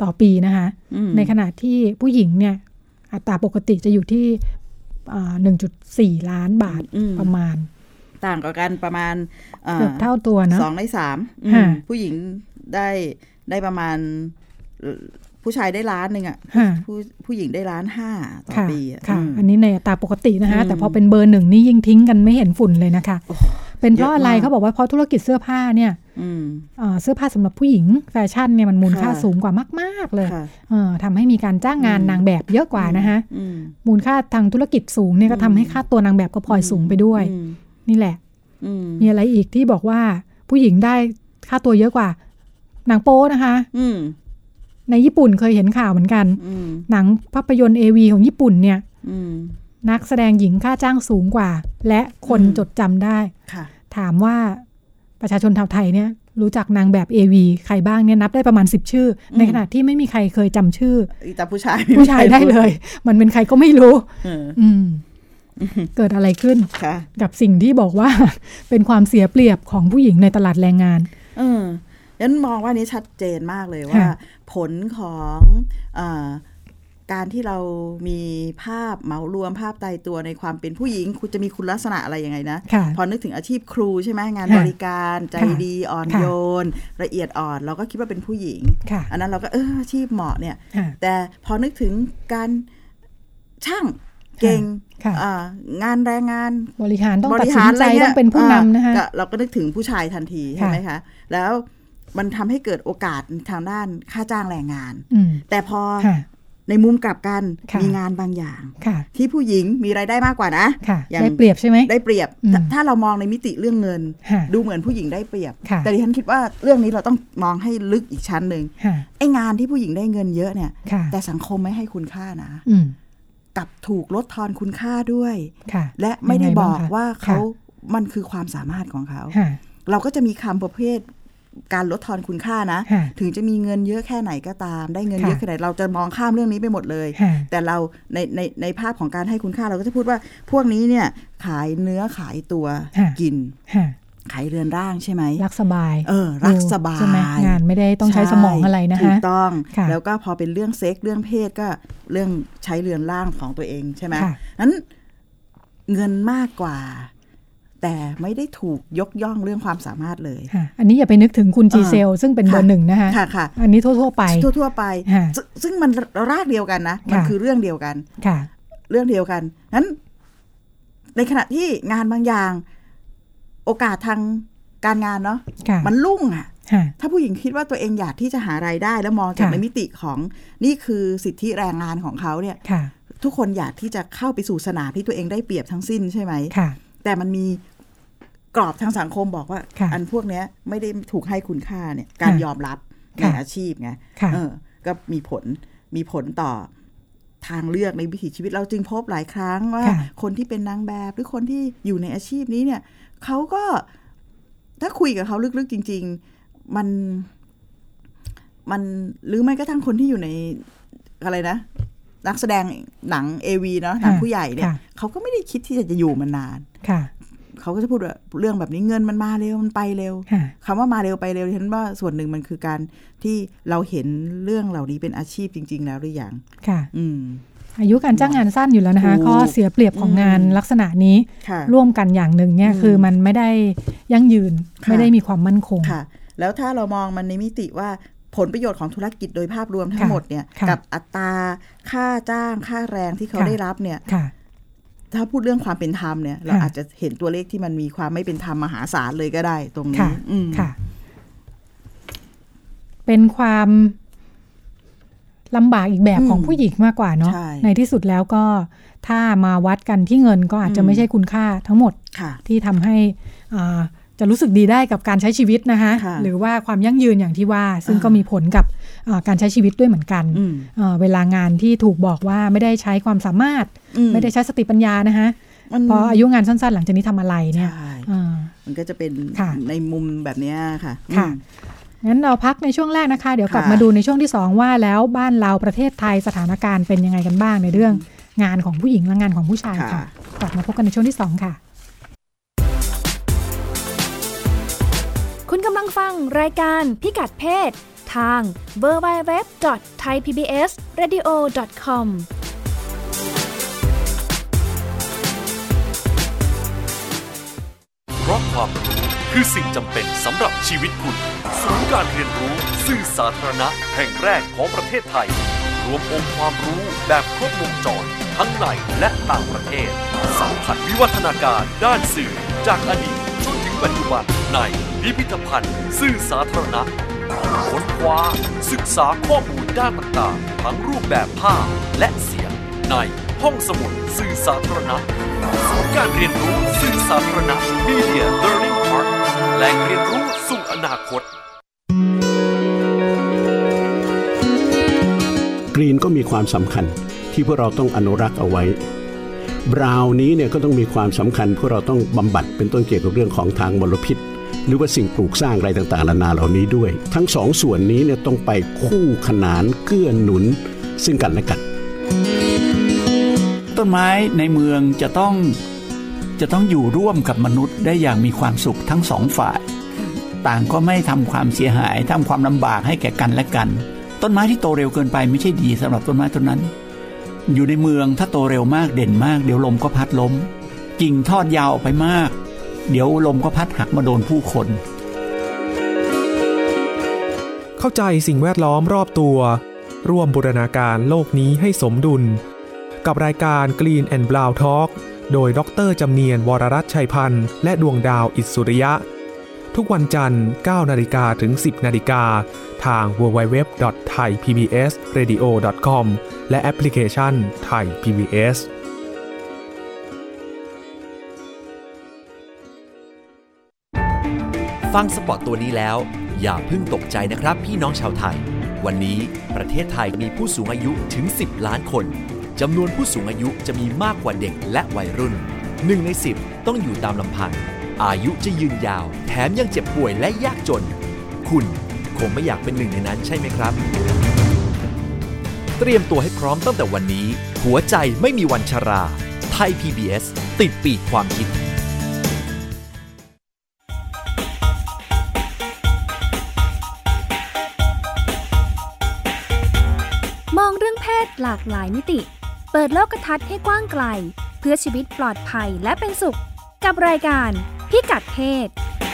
Speaker 2: ต่อปีนะคะในขณะที่ผู้หญิงเนี่ยอัตราปกติจะอยู่ที่ หนึ่งจุดสี่ ล้านบาทประมาณ
Speaker 3: ต่างกันประมาณ
Speaker 2: เกือบเท่าตัวนะ
Speaker 3: สองในสามผู้หญิงได้ได้ประมาณผู้ชายได้ล้านหนึ่งอ่ะผู้ผู้หญิงได้ล้านห้าต่อปี
Speaker 2: ค่ะอันนี้ในอัตราปกตินะคะแต่พอเป็นเบอร์หนึ่งนี่ยิ่งทิ้งกันไม่เห็นฝุ่นเลยนะคะเป็นเพราะอะไรเขาบอกว่าเพราะธุรกิจเสื้อผ้าเนี่ยเสื้อผ้าสำหรับผู้หญิงแฟชั่นเนี่ยมันมูลค่าสูงกว่ามากๆเลยทำให้มีการจ้างงานนางแบบเยอะกว่านะคะมูลค่าทางธุรกิจสูงเนี่ยก็ทำให้ค่าตัวนางแบบก็พลอยสูงไปด้วยนี่แหละมีอะไรอีกที่บอกว่าผู้หญิงได้ค่าตัวเยอะกว่าหนังโป๊นะคะในญี่ปุ่นเคยเห็นข่าวเหมือนกันหนังภาพยนตร์ เอ วี ของญี่ปุ่นเนี่ยนักแสดงหญิงค่าจ้างสูงกว่าและคนจดจำได้ถามว่าประชาชนชาวไทยเนี่ยรู้จักนางแบบ เอ วี ใครบ้างเนี่ยนับได้ประมาณสิบชื่อในขณะที่ไม่มีใครเคยจำชื่อ
Speaker 3: แต่ผู้ชาย
Speaker 2: ผู้ชายได้เลยมันเป็นใครก็ไม่รู้อืมเกิดอะไรขึ้นกับสิ่งที่บอกว่าเป็นความเสียเปรียบของผู้หญิงในตลาดแรงงาน
Speaker 3: เออฉันมองว่านี้ชัดเจนมากเลยว่าผลของอ่าการที่เรามีภาพเหมารวมภาพตายตัวในความเป็นผู้หญิงคุณจะมีคุณลักษณะอะไรยังไงนะพอนึกถึงอาชีพครูใช่ไหมงานบริการใจดีอ่อนโยนละเอียดอ่อนเราก็คิดว่าเป็นผู้หญิงอันนั้นเราก็เอออาชีพเหมาะเนี่ยแต่พอนึกถึงการช่างเก่งงานแรงงาน
Speaker 2: บริหารต้องตัดสินใจต้องเป็นผู้นำนะคะ
Speaker 3: เราก็นึกถึงผู้ชายทันทีใช่ไหมคะแล้วมันทำให้เกิดโอกาสทางด้านค่าจ้างแรงงานแต่พอในมุมกลับกันมีงานบางอย่างที่ผู้หญิงมีรายได้มากกว่านะ
Speaker 2: ได้เปรียบใช่ไหม
Speaker 3: ได้เปรียบถ้าเรามองในมิติเรื่องเงินดูเหมือนผู้หญิงได้เปรียบแต่ดิฉันคิดว่าเรื่องนี้เราต้องมองให้ลึกอีกชั้นหนึ่งไอ้งานที่ผู้หญิงได้เงินเยอะเนี่ยแต่สังคมไม่ให้คุณค่านะกับถูกลดทอนคุณค่าด้วยและไม่ได้บอกว่าเขามันคือความสามารถของเขาเราก็จะมีคำประเภทการลดทอนคุณค่านะถึงจะมีเงินเยอะแค่ไหนก็ตามได้เงินเยอะแค่ไหนเราจะมองข้ามเรื่องนี้ไปหมดเลยแต่เราในในในภาพของการให้คุณค่าเราก็จะพูดว่าพวกนี้เนี่ยขายเนื้อขายตัวกินขายเรือนร่างใช่ไหม
Speaker 2: รักสบาย
Speaker 3: เออรักสบาย
Speaker 2: ใช่ไหมงานไม่ได้ต้องใช้สมองอะไรนะคะ
Speaker 3: ถูกต้องแล้วก็พอเป็นเรื่องเซ็กเรื่องเพศก็เรื่องใช้เรือนร่างของตัวเองใช่ไหมนั้นเงินมากกว่าแต่ไม่ได้ถูกยกย่องเรื่องความสามารถเลย
Speaker 2: อันนี้อย่าไปนึกถึงคุณจีเซลซึ่งเป็นเบอร์หนึ่งนะคะ
Speaker 3: ค่ะ
Speaker 2: อันนี้ทั่วๆไป
Speaker 3: ทั่วๆไปซึ่งมันรากเดียวกันนะมันคือเรื่องเดียวกันเรื่องเดียวกันนั้นในขณะที่งานบางอย่างโอกาสทางการงานเนาะมันลุ่งอ่ะถ้าผู้หญิงคิดว่าตัวเองอยากที่จะหารายได้แล้วมองจากในมิติของนี่คือสิทธิแรงงานของเขาเนี่ยทุกคนอยากที่จะเข้าไปสู่สนามที่ตัวเองได้เปรียบทั้งสิ้นใช่ไหมแต่มันมีกรอบทางสังคมบอกว่าอันพวกนี้ไม่ได้ถูกให้คุณค่าเนี่ยการยอมรับในอาชีพไงเออก็มีผลมีผลต่อทางเลือกในวิถีชีวิตเราจึงพบหลายครั้งว่าคนที่เป็นนางแบบหรือคนที่อยู่ในอาชีพนี้เนี่ยเขาก็ถ้าคุยกับเขาลึกๆจริงๆมันมันหรือไม่ก็ทั้งคนที่อยู่ในอะไรนะนักแสดงหนัง เอ วี เนาะหนังผู้ใหญ่เนี่ยเขาก็ไม่ได้คิดที่จะอยู่มานานเขาก็จะพูดว่าเรื่องแบบนี้เงินมันมาเร็วมันไปเร็วคำว่ามาเร็วไปเร็วฉันว่าส่วนหนึ่งมันคือการที่เราเห็นเรื่องเหล่านี้เป็นอาชีพจริงๆแล้วหรือยัง
Speaker 2: ค่ะ
Speaker 3: อืม
Speaker 2: อายุการจ้างงานสั้นอยู่แล้วนะคะข้อเสียเปรียบของงานลักษณะนี้ร่วมกันอย่างหนึ่งเนี่ยคือมันไม่ได้ยั่งยืนไม่ได้มีความมั่นคง
Speaker 3: ค่ะแล้วถ้าเรามองมันในมิติว่าผลประโยชน์ของธุรกิจโดยภาพรวมทั้งหมดเนี่ยกับอัตราค่าจ้างค่าแรงที่เขาได้รับเนี่ยถ้าพูดเรื่องความเป็นธรรมเนี่ยเราอาจจะเห็นตัวเลขที่มันมีความไม่เป็นธรรมมหาศาลเลยก็ได้ตรงนี้
Speaker 2: ค่ะเป็นความลำบากอีกแบบของผู้หญิงมากกว่าเนาะ ในที่สุดแล้วก็ถ้ามาวัดกันที่เงินก็อาจจะไม่ใช่คุณค่าทั้งหมดที่ทำให้จะรู้สึกดีได้กับการใช้ชีวิตนะคะหรือว่าความยั่งยืนอย่างที่ว่าซึ่งก็มีผลกับการใช้ชีวิตด้วยเหมือนกันเวลางานที่ถูกบอกว่าไม่ได้ใช้ความสามารถไม่ได้ใช้สติปัญญานะคะพออายุงานสั้นๆหลังจากนี้ทำอะไรเนี่ย
Speaker 3: มันก็จะเป็นในมุมแบบนี้ค่ะ
Speaker 2: ค่ะงั้นเราพักในช่วงแรกนะคะเดี๋ยวกลับมาดูในช่วงที่สองว่าแล้วบ้านเราประเทศไทยสถานการณ์เป็นยังไงกันบ้างในเรื่องงานของผู้หญิงและงานของผู้ชายค่ะกลับมาพบกันในช่วงที่สองค่ะ
Speaker 1: คุณกำลังฟังรายการพิกัดเพศทาง ดับเบิลยู ดับเบิลยู ดับเบิลยู ดอท ไทย พี บี เอส เรดิโอ ดอท คอม
Speaker 4: เพราะความรู้คือสิ่งจำเป็นสำหรับชีวิตคุณศูนย์การเรียนรู้สื่อสาธารณะแห่งแรกของประเทศไทยรวมองค์ความรู้แบบครบวงจรทั้งในและต่างประเทศสัมผัสวิวัฒนาการด้านสื่อจากอดีตจนถึงปัจจุบันในพิพิธภัณฑ์สื่อสาธารณะค้นคว้าศึกษาข้อมูลด้านต่างๆทั้งรูปแบบภาพและเสียงในห้องสมุดสื่อสาธารณะศูนย์การเรียนรู้สื่อสาธารณะ Media Learning Park แหล่งเรียนรู้สู่อนาคต
Speaker 5: กรีนก็มีความสำคัญที่พวกเราต้องอนุรักษ์เอาไว้บราวน์นี้เนี่ยก็ต้องมีความสำคัญพวกเราต้องบำบัดเป็นต้นเกี่ยวกับเรื่องของทางมลพิษหรือว่าสิ่งปลูกสร้างอะไรต่างๆนานาเหล่านี้ด้วยทั้งสองส่วนนี้เนี่ยต้องไปคู่ขนานเกื้อหนุนซึ่งกันและกัน
Speaker 6: ต้นไม้ในเมืองจะต้องจะต้องอยู่ร่วมกับมนุษย์ได้อย่างมีความสุขทั้งสองฝ่ายต่างก็ไม่ทำความเสียหายทำความลำบากให้แก่กันและกันต้นไม้ที่โตเร็วเกินไปไม่ใช่ดีสำหรับต้นไม้ต้นนั้นอยู่ในเมืองถ้าโตเร็วมากเด่นมากเดี๋ยวลมก็พัดล้มกิ่งทอดยาวออกไปมากเดี๋ยวลมก็พัดหักมาโดนผู้คน
Speaker 7: เข้าใจสิ่งแวดล้อมรอบตัวร่วมบูรณาการโลกนี้ให้สมดุลกับรายการ Green and Brown Talk โดยดร.จำเนียนวรรัตน์ชัยพันธ์และดวงดาวอิศสุริยะทุกวันจันทร์ เก้านาฬิกา ถึง สิบนาฬิกาทาง ดับเบิลยู ดับเบิลยู ดับเบิลยู ดอท ไทย พี บี เอส เรดิโอ ดอท คอม และแอปพลิเคชัน Thai พี บี เอส
Speaker 8: ฟังสปอตตัวนี้แล้วอย่าเพิ่งตกใจนะครับพี่น้องชาวไทยวันนี้ประเทศไทยมีผู้สูงอายุถึงสิบล้านคนจำนวนผู้สูงอายุจะมีมากกว่าเด็กและวัยรุ่นหนึ่งในสิบต้องอยู่ตามลำพังอายุจะยืนยาวแถมยังเจ็บป่วยและยากจนคุณคงไม่อยากเป็นหนึ่งในนั้นใช่ไหมครับเตรียมตัวให้พร้อมตั้งแต่วันนี้หัวใจไม่มีวันชราไทย พี บี เอส ติดปีกความคิด
Speaker 1: มองเรื่องเพศหลากหลายมิติเปิดโลกทัศน์ให้กว้างไกลเพื่อชีวิตปลอดภัยและเป็นสุขกับรายการพิกัดเพศ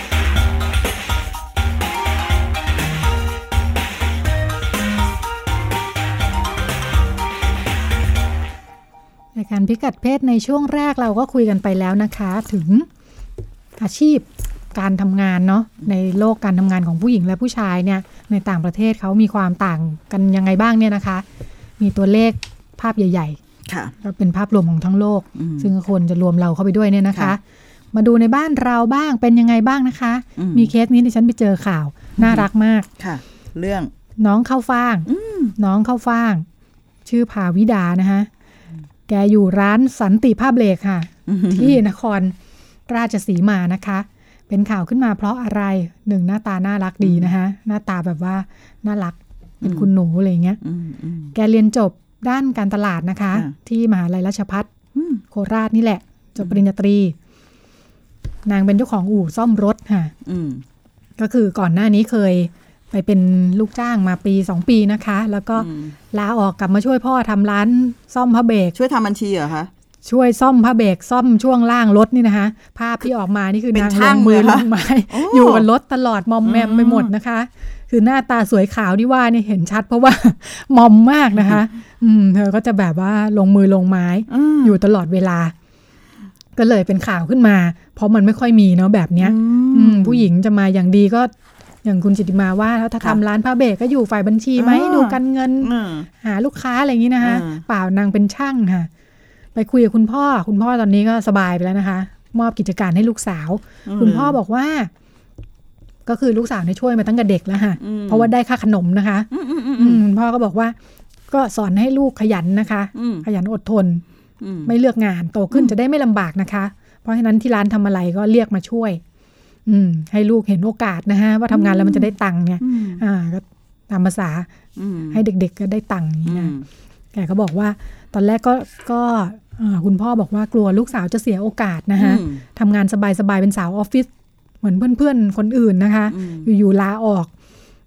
Speaker 2: รายการพิกัดเพศในช่วงแรกเราก็คุยกันไปแล้วนะคะถึงอาชีพการทำงานเนาะในโลกการทำงานของผู้หญิงและผู้ชายเนี่ยในต่างประเทศเขามีความต่างกันยังไงบ้างเนี่ยนะคะมีตัวเลขภาพใหญ่ๆก็เป็นภาพรวมของทั้งโลกซึ่งคนจะรวมเราเข้าไปด้วยเนี่ยนะคะมาดูในบ้านเราบ้างเป็นยังไงบ้างนะคะมีเคสนี้ที่ฉันไปเจอข่าวน่ารักมาก
Speaker 3: ค่ะเรื่อง
Speaker 2: น้องเข้าฟ่างน้องเข้าฟ่างชื่อภาวิดานะคะแกอยู่ร้านสันติภาพเหล็กค่ะที่นครราชสีมานะคะเป็นข่าวขึ้นมาเพราะอะไรหนึ่งหน้าตาน่ารักดีนะคะหน้าตาแบบว่าน่ารักเป็นคุณหนูอะไรเงี้ยแกเรียนจบด้านการตลาดนะคะที่มหาลัยราชภัฏโคราชนี่แหละจบปริญญาตรีนางเป็นเจ้าของอู่ซ่อมรถค่ะก็คือก่อนหน้านี้เคยไปเป็นลูกจ้างมาปีสองปีนะคะแล้วก็ลาออกกลับมาช่วยพ่อทำร้านซ่อมผ้าเบรก
Speaker 3: ช่วยทำบัญชีเหรอคะ
Speaker 2: ช่วยซ่อมผ้าเบรกซ่อมช่วงล่างรถนี่นะคะภาพที่ออกมานี่คือนางลงมือลงไม้อยู่บนรถตลอดมอมแมมไปหมดนะคะคือหน้าตาสวยขาวที่ว่านี่เห็นชัดเพราะว่ามอมมากนะคะอืมเธอก็จะแบบว่าลงมือลงไม้อยู่ตลอดเวลาก็เลยเป็นข่าวขึ้นมาเพราะมันไม่ค่อยมีเนาะแบบเนี้ยผู้หญิงจะมาอย่างดีก็อย่างคุณจิตติมาว่าถ้าทำร้านผ้าเบรกก็อยู่ฝ่ายบัญชีไหมดูการเงินหาลูกค้าอะไรอย่างนี้นะคะเปล่านางเป็นช่างค่ะไปคุยกับคุณพ่อคุณพ่อตอนนี้ก็สบายไปแล้วนะคะมอบกิจการให้ลูกสาวคุณพ่อบอกว่าก็คือลูกสาวเนี่ยช่วยมาตั้งแต่เด็กแล้วค่ะเพราะว่าได้ค่าขนมนะคะคุณพ่อก็บอกว่าก็สอนให้ลูกขยันนะคะขยันอดทนไม่เลือกงานโตขึ้นจะได้ไม่ลำบากนะคะเพราะฉะนั้นที่ร้านทำอะไรก็เรียกมาช่วยอืมให้ลูกเห็นโอกาสนะฮะว่าทำงานแล้วมันจะได้ตังค์เนี่ยอ่าก็ตามภาษาให้เด็กๆก็ได้ตังค์อย่างเงี้ยแกก็บอกว่าตอนแรกก็ก็คุณพ่อบอกว่ากลัวลูกสาวจะเสียโอกาสนะคะทำงานสบายๆเป็นสาวออฟฟิศเหมือนเพื่อนๆคนอื่นนะคะอยู่ๆลาออก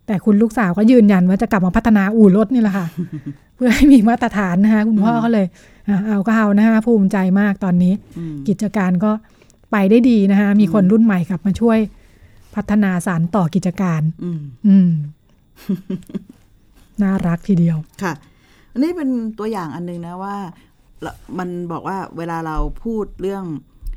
Speaker 2: แต่คุณลูกสาวก็ยืนยันว่าจะกลับมาพัฒนาอู่รถนี่แหละค่ะ เพื่อให้มีมาตรฐานนะคะคุณพ่อเขาเลยเอาก็เอานะคะภูมิใจมากตอนนี้กิจการก็ไปได้ดีนะคะมีคนรุ่นใหม่กลับมาช่วยพัฒนาสานต่อกิจการอืม น่ารักทีเดียว
Speaker 3: ค่ะอันนี้เป็นตัวอย่างอันนึงนะว่ามันบอกว่าเวลาเราพูดเรื่อง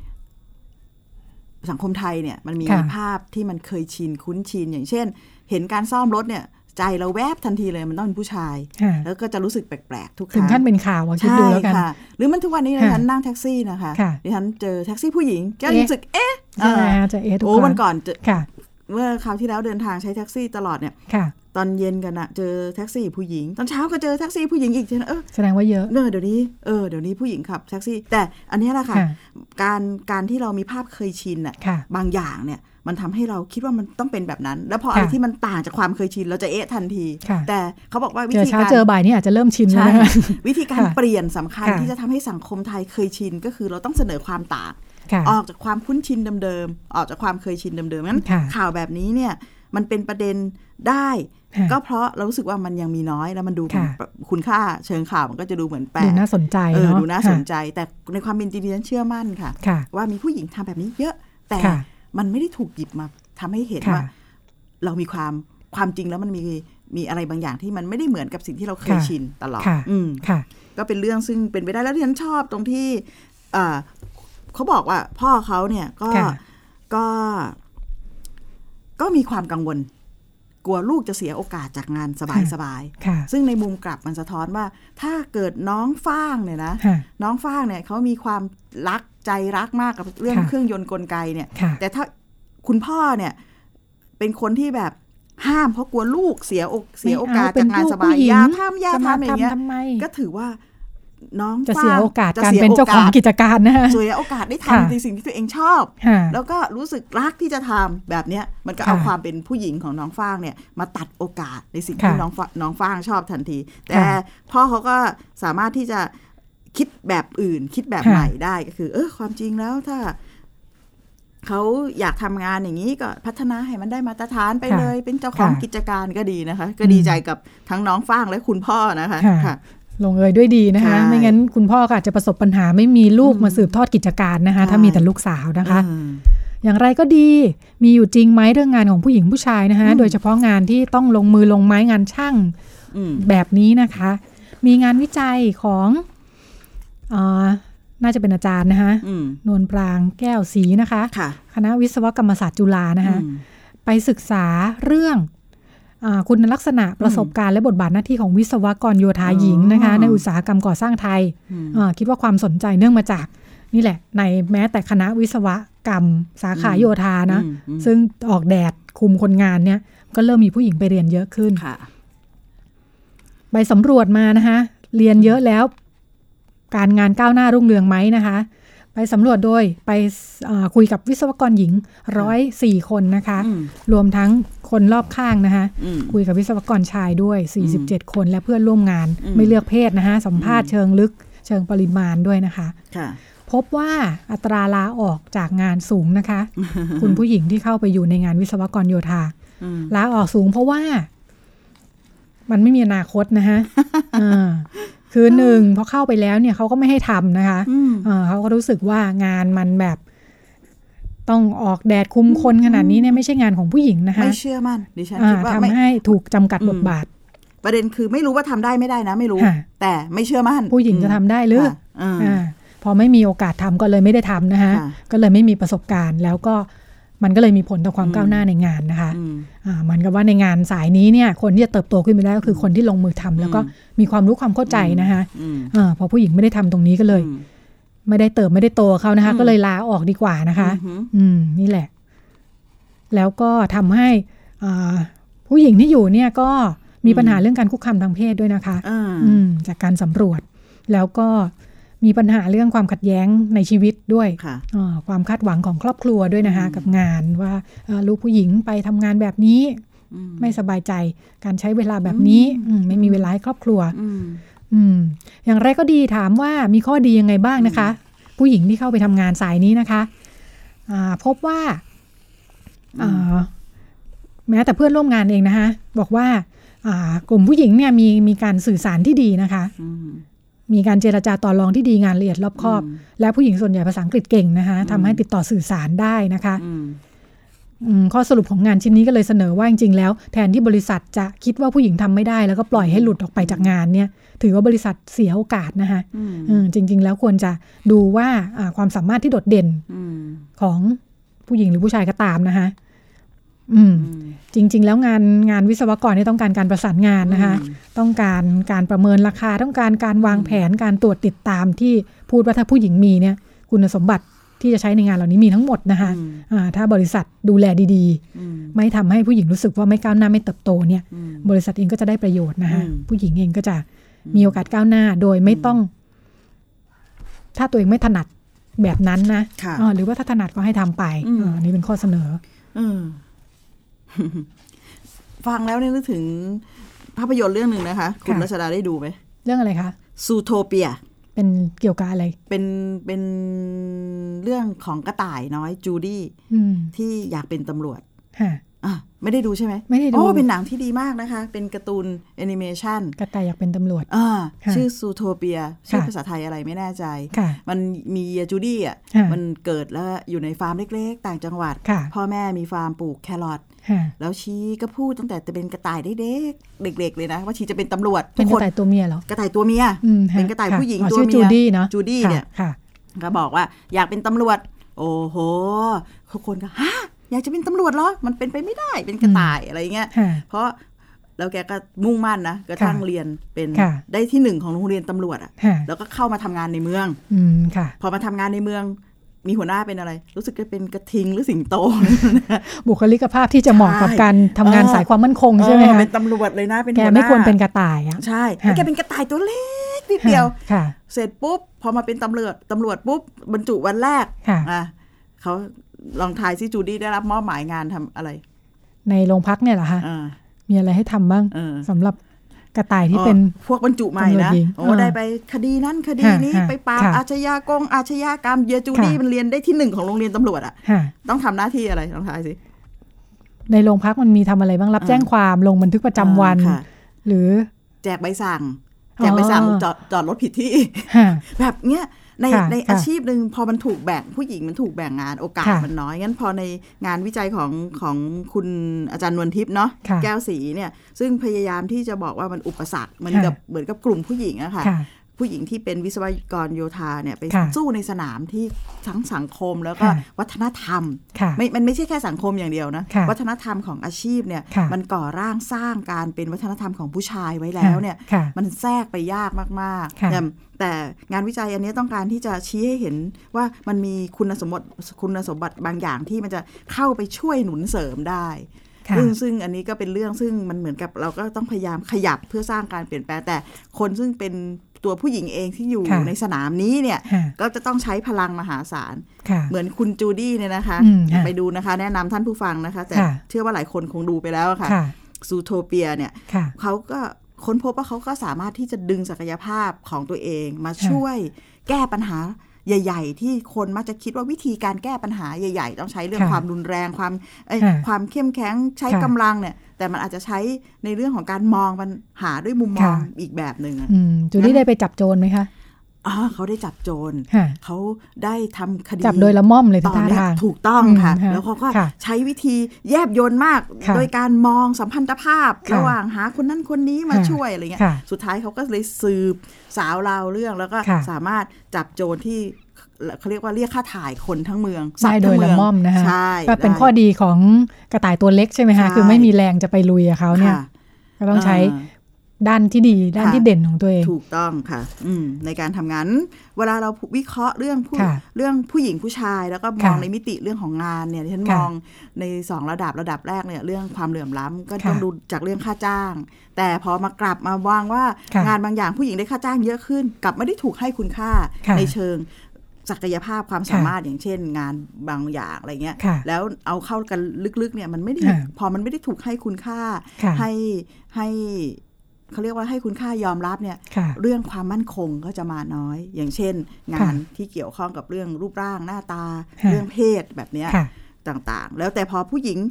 Speaker 3: สังคมไทยเนี่ยมันมีภาพที่มันเคยชินคุ้นชินอย่างเช่นเห็นการซ่อมรถเนี่ยใจเราแวบทันทีเลยมันต้องเป็นผู้ชายแล้วก็จะรู้สึกแปลกๆทุกครั้ง
Speaker 2: ถึงขั้นเป็นข่าวว่าคิดดูแล้วกัน
Speaker 3: หรือมันทุกวันนี้ดิฉันนั่งแท็กซี่นะคะดิฉันเจอแท็กซี่ผู้หญิงก็รู้สึกเอ๊ะ
Speaker 2: จะเอ๊ะทุกครั้ง
Speaker 3: โอ้วันก่อนเมื่อคราวที่แล้วเดินทางใช้แท็กซี่ตลอดเนี่ยตอนเย็นกันอะเจอแท็กซี่ผู้หญิงตอนเช้าก็เจอแท็กซี่ผู้หญิงอีกเออ
Speaker 2: แสดงว่าเยอะ
Speaker 3: เเดี๋ยวนี้เออเดี๋ยวนี้ผู้หญิงขับแท็กซี่แต่อันนี้แหละค่ะการการที่เรามีภาพเคยชินอะบางอย่างเนี่ยมันทำให้เราคิดว่ามันต้องเป็นแบบนั้นแล้วพออะไรที่มันต่างจากความเคยชินเราจะเอ๊ะทันทีแต่เขาบอกว่าวิธีการ
Speaker 2: เจอบ่ายนี่อาจจะเริ่มชินแล้ว
Speaker 3: วิธีการเปลี่ยนสำคัญที่จะทำให้สังคมไทยเคยชินก็คือเราต้องเสนอความต่างออกจากความคุ้นชินเดิมๆออกจากความเคยชินเดิมๆงั้นข่าวแบบนี้เนี่ยมันเป็นประเด็นได้ก็เพราะเรารู้สึกว่ามันยังมีน้อยแล้วมันดูคุณค่าเชิงข่าวมันก็จะดูเหมือนแปลก
Speaker 2: ดูน่าสนใจ
Speaker 3: เออดูน่าสนใจแต่ในความเป็นจริงดิฉันเชื่อมั่นค่ะว่ามีผู้หญิงทำแบบนี้เยอะแต่มันไม่ได้ถูกหยิบมาทำให้เห็นว่าเรามีความความจริงแล้วมันมีมีอะไรบางอย่างที่มันไม่ได้เหมือนกับสิ่งที่เราเคยชินตลอดอืมก็เป็นเรื่องซึ่งเป็นไปได้แล้วที่ฉันชอบตรงที่เขาบอกว่าพ่อเขาเนี่ยก็ก็ก็มีความกังวลกลัวลูกจะเสียโอกาสจากงานสบายๆซึ่งในมุมกลับมันสะท้อนว่าถ้าเกิดน้องฟ้างเนี่ยนะน้องฟ้างเนี่ยเขามีความรักใจรักมากกับเรื่องเครื่องยนต์กลไกเนี่ยแต่ถ้าคุณพ่อเนี่ยเป็นคนที่แบบห้ามเพราะกลัวลูกเสียอกเสียโอกาสจากงานสบายอย่าทำอย่าทำอย่างเงี้ยก็ถือว่าน้อง
Speaker 2: จะเสียโอกาสการเป็นเจ้าของกิจการนะคะ
Speaker 3: เสียโอกาสได้ทำในสิ่งที่ตัวเองชอบแล้วก็รู้สึกรักที่จะทำแบบเนี้ยมันก็เอาความเป็นผู้หญิงของน้องฟ้างเนี่ยมาตัดโอกาสในสิ่งที่น้องน้องฟ้างชอบทันทีแต่พ่อเขาก็สามารถที่จะคิดแบบอื่นคิดแบบใหม่ได้ก็คือเออความจริงแล้วถ้าเขาอยากทำงานอย่างนี้ก็พัฒนาให้มันได้มาตรฐานไปเลยเป็นเจ้าของกิจการก็ดีนะคะก็ดีใจกับทั้งน้องฟ้างและคุณพ่อนะคะค่ะ
Speaker 2: ลงเอยด้วยดีนะคะไม่งั้นคุณพ่อก็อาจจะประสบปัญหาไม่มีลูกมาสืบทอดกิจการนะคะถ้ามีแต่ลูกสาวนะคะอย่างไรก็ดีมีอยู่จริงไหมเรื่องงานของผู้หญิงผู้ชายนะคะโดยเฉพาะงานที่ต้องลงมือลงไม้งานช่างแบบนี้นะคะมีงานวิจัยของอ่าน่าจะเป็นอาจารย์นะคะนวลปรางแก้วศรีนะคะคณะวิศวกรรมศาสตร์จุฬานะคะไปศึกษาเรื่องคุณลักษณะประสบการณ์และบทบาทหน้าที่ของวิศวกรโยธาหญิงนะคะในอุตสาหกรรมก่อสร้างไทยคิดว่าความสนใจเนื่องมาจากนี่แหละในแม้แต่คณะวิศวกรรมสาขาโยธานะซึ่งออกแดดคุมคนงานเนี่ยก็เริ่มมีผู้หญิงไปเรียนเยอะขึ้นไปสำรวจมานะคะเรียนเยอะแล้วการงานก้าวหน้ารุ่งเรืองไหมนะคะไปสำรวจโดยไปคุยกับวิศวกรหญิงร้อยสี่คนนะคะรวมทั้งคนรอบข้างนะคะคุยกับวิศวกรชายด้วยสี่สิบเจ็ดคนและเพื่อนร่วมงานไม่เลือกเพศนะคะสัมภาษณ์เชิงลึกเชิงปริมาณด้วยนะคะพบว่าอัตราลาออกจากงานสูงนะคะ คุณผู้หญิงที่เข้าไปอยู่ในงานวิศวกรโยธาลาออกสูงเพราะว่ามันไม่มีอนาคตนะคะคือหนึ่งพอเข้าไปแล้วเนี่ยเขาก็ไม่ให้ทำนะคะเขาก็รู้สึกว่างานมันแบบต้องออกแดดคุมคนขนาดนี้เนี่ยไม่ใช่งานของผู้หญิงนะคะ
Speaker 3: ไม่เชื่อมั่นดิฉันคิดว่า
Speaker 2: ทำให้ถูกจำกัดบทบาท
Speaker 3: ประเด็นคือไม่รู้ว่าทำได้ไม่ได้นะไม่รู้แต่ไม่เชื่อมั่น
Speaker 2: ผู้หญิงจะทำได้หรือพอไม่มีโอกาสทำก็เลยไม่ได้ทำนะคะก็เลยไม่มีประสบการณ์แล้วก็มันก็เลยมีผลต่อความก้าวหน้าในงานนะคะอ่ามันก็ว่าในงานสายนี้เนี่ยคนที่จะเติบโตขึ้นไปได้ก็คือคนที่ลงมือทำแล้วก็มีความรู้ความเข้าใจนะคะอ่าพอผู้หญิงไม่ได้ทำตรงนี้ก็เลยไม่ได้เติบไม่ได้โตเขานะคะก็เลยลาออกดีกว่านะคะอืมนี่แหละแล้วก็ทำให้อ่าผู้หญิงที่อยู่เนี่ยก็มีปัญหาเรื่องการคุกคามทางเพศด้วยนะคะอืมจากการสำรวจแล้วก็มีปัญหาเรื่องความขัดแย้งในชีวิตด้วยความคาดหวังของครอบครัวด้วยนะคะกับงานว่าลูกผู้หญิงไปทำงานแบบนี้ไม่สบายใจการใช้เวลาแบบนี้ไม่มีเวลาให้ครอบครัวอย่างไรก็ดีถามว่ามีข้อดียังไงบ้างนะคะผู้หญิงที่เข้าไปทำงานสายนี้นะคะพบว่าแม้แต่เพื่อนร่วมงานเองนะคะบอกว่ากลุ่มผู้หญิงเนี่ยมีมีการสื่อสารที่ดีนะคะมีการเจรจาต่อรองที่ดีงานละเอียดรอบคอบและผู้หญิงส่วนใหญ่ภาษาอังกฤษเก่งนะคะทำให้ติดต่อสื่อสารได้นะคะข้อสรุปของงานชิ้นนี้ก็เลยเสนอว่าจริงๆแล้วแทนที่บริษัทจะคิดว่าผู้หญิงทำไม่ได้แล้วก็ปล่อยให้หลุดออกไปจากงานเนี่ยถือว่าบริษัทเสียโอกาสนะคะจริงๆแล้วควรจะดูว่าความสามารถที่โดดเด่นของผู้หญิงหรือผู้ชายก็ตามนะคะอืมจริงๆแล้วงานงานวิศวกรนี่ต้องการการประสานงานนะคะต้องการการประเมินราคาต้องการการวางแผนการตรวจติดตามที่พูดว่าถ้าผู้หญิงมีเนี่ยคุณสมบัติที่จะใช้ในงานเหล่านี้มีทั้งหมดนะคะถ้าบริษัทดูแลดีๆไม่ทำให้ผู้หญิงรู้สึกว่าไม่ก้าวหน้าไม่เติบโตเนี่ยบริษัทเองก็จะได้ประโยชน์นะคะผู้หญิงเองก็จะมีโอกาสก้าวหน้าโดยไม่ต้องถ้าตัวเองไม่ถนัดแบบนั้นนะหรือว่าถ้าถนัดก็ให้ทำไปอันนี้เป็นข้อเสนอ
Speaker 3: ฟังแล้วเนี่ยนึกถึงภาพยนตร์เรื่องหนึ่งนะคะคุณรัชดาได้ดูไหม
Speaker 2: เรื่องอะไรคะ
Speaker 3: ซูโทเปีย
Speaker 2: เป็นเกี่ยวกับอะไร
Speaker 3: เป็นเป็นเรื่องของกระต่ายน้อยจูดี้ที่อยากเป็นตำรวจอ่ะไม่ได้ดูใช่ไหม
Speaker 2: ไม่ได้ดู
Speaker 3: โอ้เป็นหนังที่ดีมากนะคะเป็นการ์ตูนแอนิเมชัน
Speaker 2: กระต่ายอยากเป็นตำรวจ
Speaker 3: อ่าชื่อซูโทเปียชื่อภาษาไทยอะไรไม่แน่ใจมันมีจูดี้อ่ะมันเกิดแล้วอยู่ในฟาร์มเล็กๆต่างจังหวัดพ่อแม่มีฟาร์มปลูกแครอทแล้วชีก็พูดตั้งแต่จะเป็นกระต่ายเด็กๆเด็กๆเลยนะว่าชีจะเป็นตำรวจ
Speaker 2: เป็นกระต่ายตัวเมียเหรอก
Speaker 3: ระต่ายตัวเมียเป็นกระต่ายผู้หญิงตัวเมีย
Speaker 2: จูดี้เนาะ
Speaker 3: จูดี้เนี่ยก็บอกว่าอยากเป็นตำรวจโอ้โหทุกคนก็ฮะอยากจะเป็นตำรวจเหรอมันเป็นไปไม่ได้เป็นกระต่ายอะไรเงี้ยเพราะแล้วแกก็มุ่งมั่นนะกระทั่งเรียนเป็นได้ที่หนึ่งของโรงเรียนตำรวจอ่ะแล้วก็เข้ามาทำงานในเมืองพอมาทำงานในเมืองมีหัวหน้าเป็นอะไรรู้สึกจะเป็นกระทิงหรือสิงโต
Speaker 2: บุคลิกภาพที่จะเหมาะกับการทำงานสายความมั่นคงใช่ไหมคะ
Speaker 3: เป็นตำรวจเลยนะเป็น
Speaker 2: แกไม่ควรเป็นกระต่ายอ่ะ
Speaker 3: ใช่แล้วแกเป็นกระต่ายตัวเล็กนิดเดียวเสร็จปุ๊บพอมาเป็นตำรวจตำรวจปุ๊บบรรจุวันแรกอ่ะเขาลองทายซิจูดี้ได้รับมอบหมายงานทำอะไร
Speaker 2: ในโรงพักเนี่ยเหรอคะมีอะไรให้ทำบ้างสำหรับกระต่ายที่เป็น
Speaker 3: พวกบรรจุใหม่นะโอ้ได้ไปคดีนั้นคดีนี้ไปปราบอาชญากรอาชญากรรมเยจูดี้มันเรียนได้ที่หนึ่งของโรงเรียนตำรวจอ่ะต้องทำหน้าที่อะไรลองทายสิ
Speaker 2: ในโรงพักมันมีทำอะไรบ้างรับแจ้งความลงบันทึกประจำวันหรือ
Speaker 3: แจกใบสั่งแจกใบสั่งจอดจอดรถผิดที่แบบเนี้ยในในอาชีพหนึ่งพอมันถูกแบ่งผู้หญิงมันถูกแบ่งงานโอกาสมันน้อยงั้นพอในงานวิจัยของของคุณอาจารย์นวลทิพย์เนาะแก้วศรีเนี่ยซึ่งพยายามที่จะบอกว่ามันอุปสรรคมันกับเหมือนกับกลุ่มผู้หญิงอะค่ะผู้หญิงที่เป็นวิศวกรโยธาเนี่ยไปสู้ในสนามที่ทั้งสังคมแล้วก็วัฒนธรรมไม่มันไม่ใช่แค่สังคมอย่างเดียวนะวัฒนธรรมของอาชีพเนี่ยมันก่อร่างสร้างการเป็นวัฒนธรรมของผู้ชายไว้แล้วเนี่ยมันแทรกไปยากมากๆแต่งานวิจัยอันนี้ต้องการที่จะชี้ให้เห็นว่ามันมีคุณสมบัติคุณสมบัติบางอย่างที่มันจะเข้าไปช่วยหนุนเสริมได้ซึ่งซึ่งอันนี้ก็เป็นเรื่องซึ่งมันเหมือนกับเราก็ต้องพยายามขยับเพื่อสร้างการเปลี่ยนแปลงแต่คนซึ่งเป็นตัวผู้หญิงเองที่อยู่ในสนามนี้เนี่ยก็จะต้องใช้พลังมหาศาลเหมือนคุณจูดี้เนี่ยนะคะไปดูนะคะแนะนำท่านผู้ฟังนะคะแต่เชื่อว่าหลายคนคงดูไปแล้วค่ะซูโทเปียเนี่ยเขาก็ค้นพบว่าเขาก็สามารถที่จะดึงศักยภาพของตัวเองมาช่วยแก้ปัญหาใหญ่ๆที่คนมักจะคิดว่าวิธีการแก้ปัญหาใหญ่ๆต้องใช้เรื่องความรุนแรงความความเข้มแข็งใช้กำลังเนี่ยแต่มันอาจจะใช้ในเรื่องของการมองปัญหาด้วยมุมมองอีกแบบหนึ่งอ่ะ
Speaker 2: จูดี้ได้ไปจับโจรไหมคะ
Speaker 3: อ๋อเขาได้จับโจรเขาได้ทำคดี
Speaker 2: จับโดยละม่อมเลยท่าทาง
Speaker 3: ถูกต้องค่ะแล้วเขาก็ใช้วิธีแยบยลมากโดยการมองสัมพันธภาพระหว่างหาคนนั้นคนนี้มาช่วยอะไรเงี้ยสุดท้ายเขาก็เลยสืบสาวราวเรื่องแล้วก็สามารถจับโจรที่เขาเรียกว่าเรียกค่าถ่ายคนทั้งเมือง
Speaker 2: ได้โดยละม่อมนะคะก็เป็นข้อดีของกระต่ายตัวเล็กใช่ไหมคะคือไม่มีแรงจะไปลุยกับเขาเนี่ยก็ต้องใช้ด้านที่ดีด้านที่เด่นของตัวเอง
Speaker 3: ถูกต้องค่ะในการทำงานเวลาเราวิเคราะห์เรื่องผู้เรื่องผู้หญิงผู้ชายแล้วก็มองในมิติเรื่องของงานเนี่ยฉันมองในสองระดับระดับแรกเนี่ยเรื่องความเหลื่อมล้ำก็ต้องดูจากเรื่องค่าจ้างแต่พอมากลับมาวางว่างานบางอย่างผู้หญิงได้ค่าจ้างเยอะขึ้นกลับไม่ได้ถูกให้คุณค่าในเชิงศักยภาพความสามารถอย่างเช่นงานบางอย่างอะไรเงี้ยแล้วเอาเข้ากันลึกๆเนี่ยมันไม่ได้พอมันไม่ได้ถูกให้คุณค่าให้ให้เขาเรียกว่าให้คุณค่ายอมรับเนี่ยเรื่องความมั่นคงก็จะมาน้อยอย่างเช่นงานที่เกี่ยวข้องกับเรื่องรูปร่างหน้าตาเรื่องเพศแบบเนี้ยต่างๆแล้วแต่พอผู้หญิง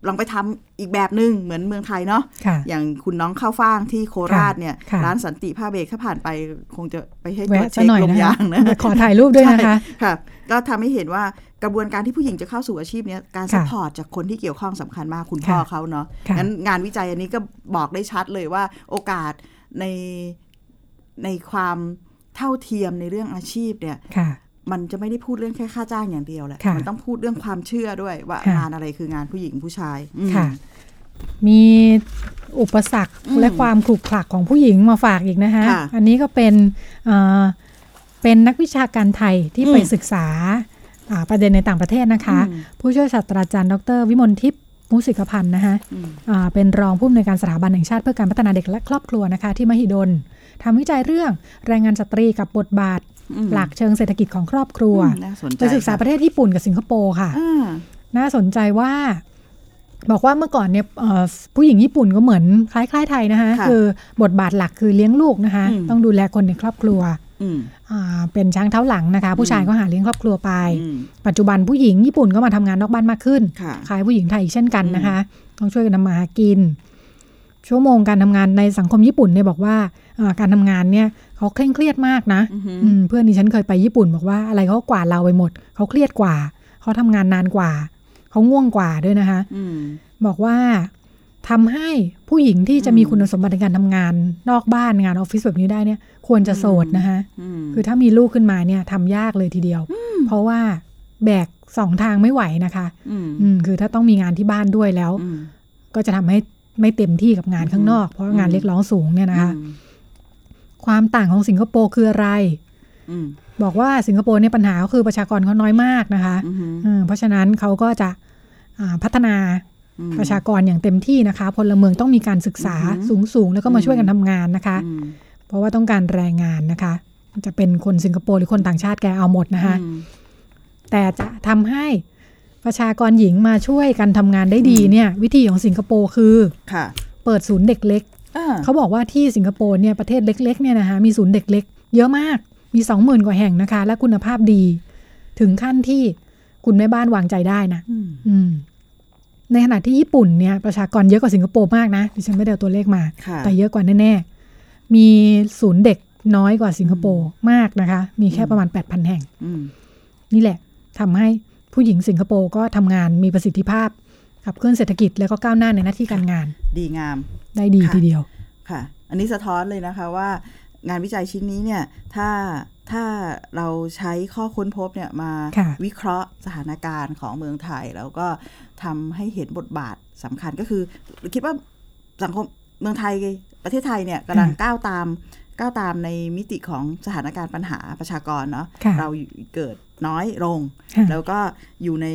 Speaker 3: ลองไปทำอีกแบบนึงเหมือนเมืองไทยเนาะอย่างคุณน้องข้าวฟ่างที่โคราชเนี่ยร้านสันติผ้าเบรกถ้าผ่านไปคงจะไปให้ตรวจเช็คลมยางนะ
Speaker 2: ขอถ่ายรูปด้วยนะคะ
Speaker 3: ค่ะก็ทำให้เห็นว่ากระบวนการที่ผู้หญิงจะเข้าสู่อาชีพนี้การซัพพอร์ตจากคนที่เกี่ยวข้องสำคัญมากคุณพ่อเขาเนาะงั้นงานวิจัยอันนี้ก็บอกได้ชัดเลยว่าโอกาสในในความเท่าเทียมในเรื่องอาชีพเนี่ยมันจะไม่ได้พูดเรื่องแค่ค่าจ้างอย่างเดียวแหละมันต้องพูดเรื่องความเชื่อด้วยว่างานอะไรคืองานผู้หญิงผู้ชาย
Speaker 2: ค่ะมีอุปสรรคและความขรุขระของผู้หญิงมาฝากอีกนะคะอันนี้ก็เป็นเป็นนักวิชาการไทยที่ไปศึกษาประเด็นในต่างประเทศนะคะผู้ช่วยศาสตราจารย์ดรวิมลทิพย์มุสิกพันธ์นะคะเป็นรองผู้อำนวยการสถาบันแห่งชาติเพื่อการพัฒนาเด็กและครอบครัวนะคะที่มหิดลทำวิจัยเรื่องแรงงานสตรีกับบทบาทหลักเชิงเศรษฐกิจของครอบครัวไปศึกษาประเทศญี่ปุ่นกับสิงคโปร์ค่ะน่าสนใจว่าบอกว่าเมื่อก่อนเนี่ยผู้หญิงญี่ปุ่นก็เหมือนคล้ายๆไทยนะคะคือบทบาทหลักคือเลี้ยงลูกนะคะต้องดูแลคนในครอบครัวเป็นช้างเท้าหลังนะคะผู้ชายก็หาเลี้ยงครอบครัวไปปัจจุบันผู้หญิงญี่ปุ่นก็มาทำงานนอกบ้านมากขึ้นคล้ายผู้หญิงไทยเช่นกันนะคะต้องช่วยกันทำมาหากินชั่วโมงการทำงานในสังคมญี่ปุ่นเนี่ยบอกว่าการทำงานเนี่ยเขาเคร่งเครียดมากนะเพื่อนดิฉันเคยไปญี่ปุ่นบอกว่าอะไรเขากว่าเราไปหมดเขาเครียดกว่าเขาทำงานนานกว่าเขาง่วงกว่าด้วยนะคะบอกว่าทำให้ผู้หญิงที่จะมีคุณสมบัติในการทำงานนอกบ้านงานออฟฟิศแบบนี้ได้เนี่ยควรจะโสดนะคะคือถ้ามีลูกขึ้นมาเนี่ยทำยากเลยทีเดียวเพราะว่าแบกสองทางไม่ไหวนะคะคือถ้าต้องมีงานที่บ้านด้วยแล้วก็จะทำให้ไม่เต็มที่กับงานข้างนอกเพราะงานเรียกร้องสูงเนี่ยนะคะความต่างของสิงคโปร์คืออะไรบอกว่าสิงคโปร์เนี่ยปัญหาก็คือประชากรเขาน้อยมากนะคะเพราะฉะนั้นเขาก็จะพัฒนาประชากรอย่างเต็มที่นะคะพลเมืองต้องมีการศึกษาสูงๆแล้วก็มาช่วยกันทำงานนะคะเพราะว่าต้องการแรงงานนะคะจะเป็นคนสิงคโปร์หรือคนต่างชาติแกเอาหมดนะคะแต่จะทำให้ประชากรหญิงมาช่วยกันทำงานได้ดีเนี่ยวิธีของสิงคโปร์คือเปิดศูนย์เด็กเล็กเขาบอกว่าที่สิงคโปร์เนี่ยประเทศเล็กๆเนี่ยนะคะมีศูนย์เด็กเล็กเยอะมากมี สองหมื่น กว่าแห่งนะคะและคุณภาพดีถึงขั้นที่คุณแม่บ้านวางใจได้นะอืมในขณะที่ญี่ปุ่นเนี่ยประชากรเยอะกว่าสิงคโปร์มากนะดิฉันไม่ได้เอาตัวเลขมาแต่เยอะกว่าแน่ๆมีศูนย์เด็กน้อยกว่าสิงคโปร์มากนะคะมีแค่ประมาณ แปดพัน แห่งนี่แหละทำให้ผู้หญิงสิงคโปร์ก็ทำงานมีประสิทธิภาพขับเคลื่อนเศรษฐกิจแล้วก็ก้าวหน้าในหน้าที่การงาน
Speaker 3: ดีงาม
Speaker 2: ได้ดีทีเดียว
Speaker 3: ค่ะอันนี้สะท้อนเลยนะคะว่างานวิจัยชิ้นนี้เนี่ยถ้าถ้าเราใช้ข้อค้นพบเนี่ยมาวิเคราะห์สถานการณ์ของเมืองไทยแล้วก็ทำให้เห็นบทบาทสำคัญก็คือคิดว่าสังคมเมืองไทยประเทศไทยเนี่ยกำลังก้าวตามก้าวตามในมิติของสถานการณ์ปัญหาประชากรเนาะเราเกิดน้อยลงแล้วก็อยู่ใน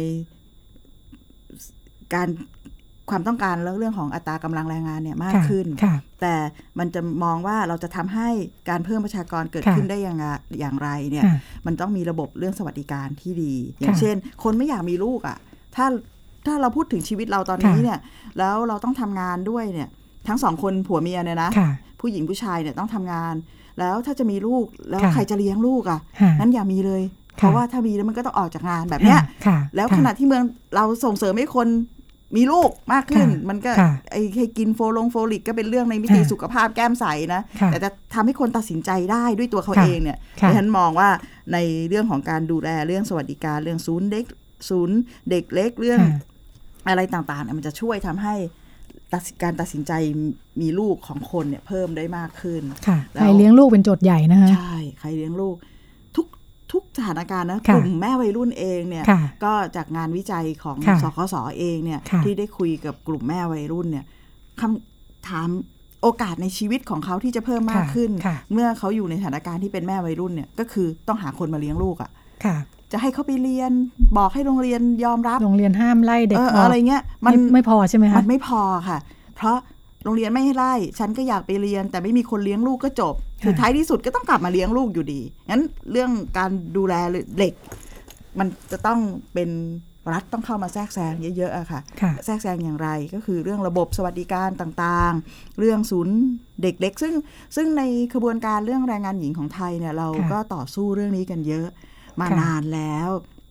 Speaker 3: การความต้องการแล้วเรื่องของอัตรากำลังแรงงานเนี่ยมากขึ้นแต่มันจะมองว่าเราจะทำให้การเพิ่มประชากรเกิดขึ้นได้อย่างอย่างไรเนี่ยมันต้องมีระบบเรื่องสวัสดิการที่ดีอย่างเช่นคนไม่อยากมีลูกอ่ะถ้าถ้าเราพูดถึงชีวิตเราตอนนี้เนี่ยแล้วเราต้องทำงานด้วยเนี่ยทั้งสองคนผัวเมียเนี่ยนะผู้หญิงผู้ชายเนี่ยต้องทำงานแล้วถ้าจะมีลูกแล้วใครจะเลี้ยงลูกอ่ะงั้นอย่ามีเลยเพราะว่าถ้ามีแล้วมันก็ต้องออกจากงานแบบเนี้ยแล้วขณะที่เมืองเราส่งเสริมให้คนมีลูกมากขึ้นมันก็ไอ้ให้กินโฟลงโฟลิกก็เป็นเรื่องในมิติสุขภาพแก้มใสนะแต่จะทำให้คนตัดสินใจได้ด้วยตัวเขาเองเนี่ยดิฉันมองว่าในเรื่องของการดูแลเรื่องสวัสดิการเรื่องศูนย์เด็กศูนย์เด็กเล็กเรื่องอะไรต่างๆมันจะช่วยทำให้การตัดสินใจมีลูกของคนเนี่ยเพิ่มได้มากขึ้น
Speaker 2: ใครเลี้ยงลูกเป็นโจทย์ใหญ่นะคะ
Speaker 3: ใช่ใครเลี้ยงลูกทุกทุกสถานการณ์นะกลุ่มแม่วัยรุ่นเองเนี่ยก็จากงานวิจัยของสคส.เองเนี่ยที่ได้คุยกับกลุ่มแม่วัยรุ่นเนี่ยคำถามโอกาสในชีวิตของเขาที่จะเพิ่มมากขึ้นเมื่อเขาอยู่ในสถานการณ์ที่เป็นแม่วัยรุ่นเนี่ยก็คือต้องหาคนมาเลี้ยงลูกอ่ะจะให้เขาไปเรียนบอกให้โรงเรียนยอมรับ
Speaker 2: โรงเรียนห้ามไล่เด็ก
Speaker 3: เอออะไรเงี้ย
Speaker 2: มันไม่พอใช่ไหมคะ
Speaker 3: มันไม่พอค่ะเพราะโรงเรียนไม่ให้ไล่ฉันก็อยากไปเรียนแต่ไม่มีคนเลี้ยงลูกก็จบสุดท้ายที่สุดก็ต้องกลับมาเลี้ยงลูกอยู่ดีงั้นเรื่องการดูแลเด็กมันจะต้องเป็นรัฐต้องเข้ามาแทรกแซงเยอะๆอะค่ะแทรกแซงอย่างไรก็คือเรื่องระบบสวัสดิการต่างๆเรื่องศูนย์เด็กเล็กซึ่งซึ่งในขบวนการเรื่องแรงงานหญิงของไทยเนี่ยเราก็ต่อสู้เรื่องนี้กันเยอะมานานแล้ว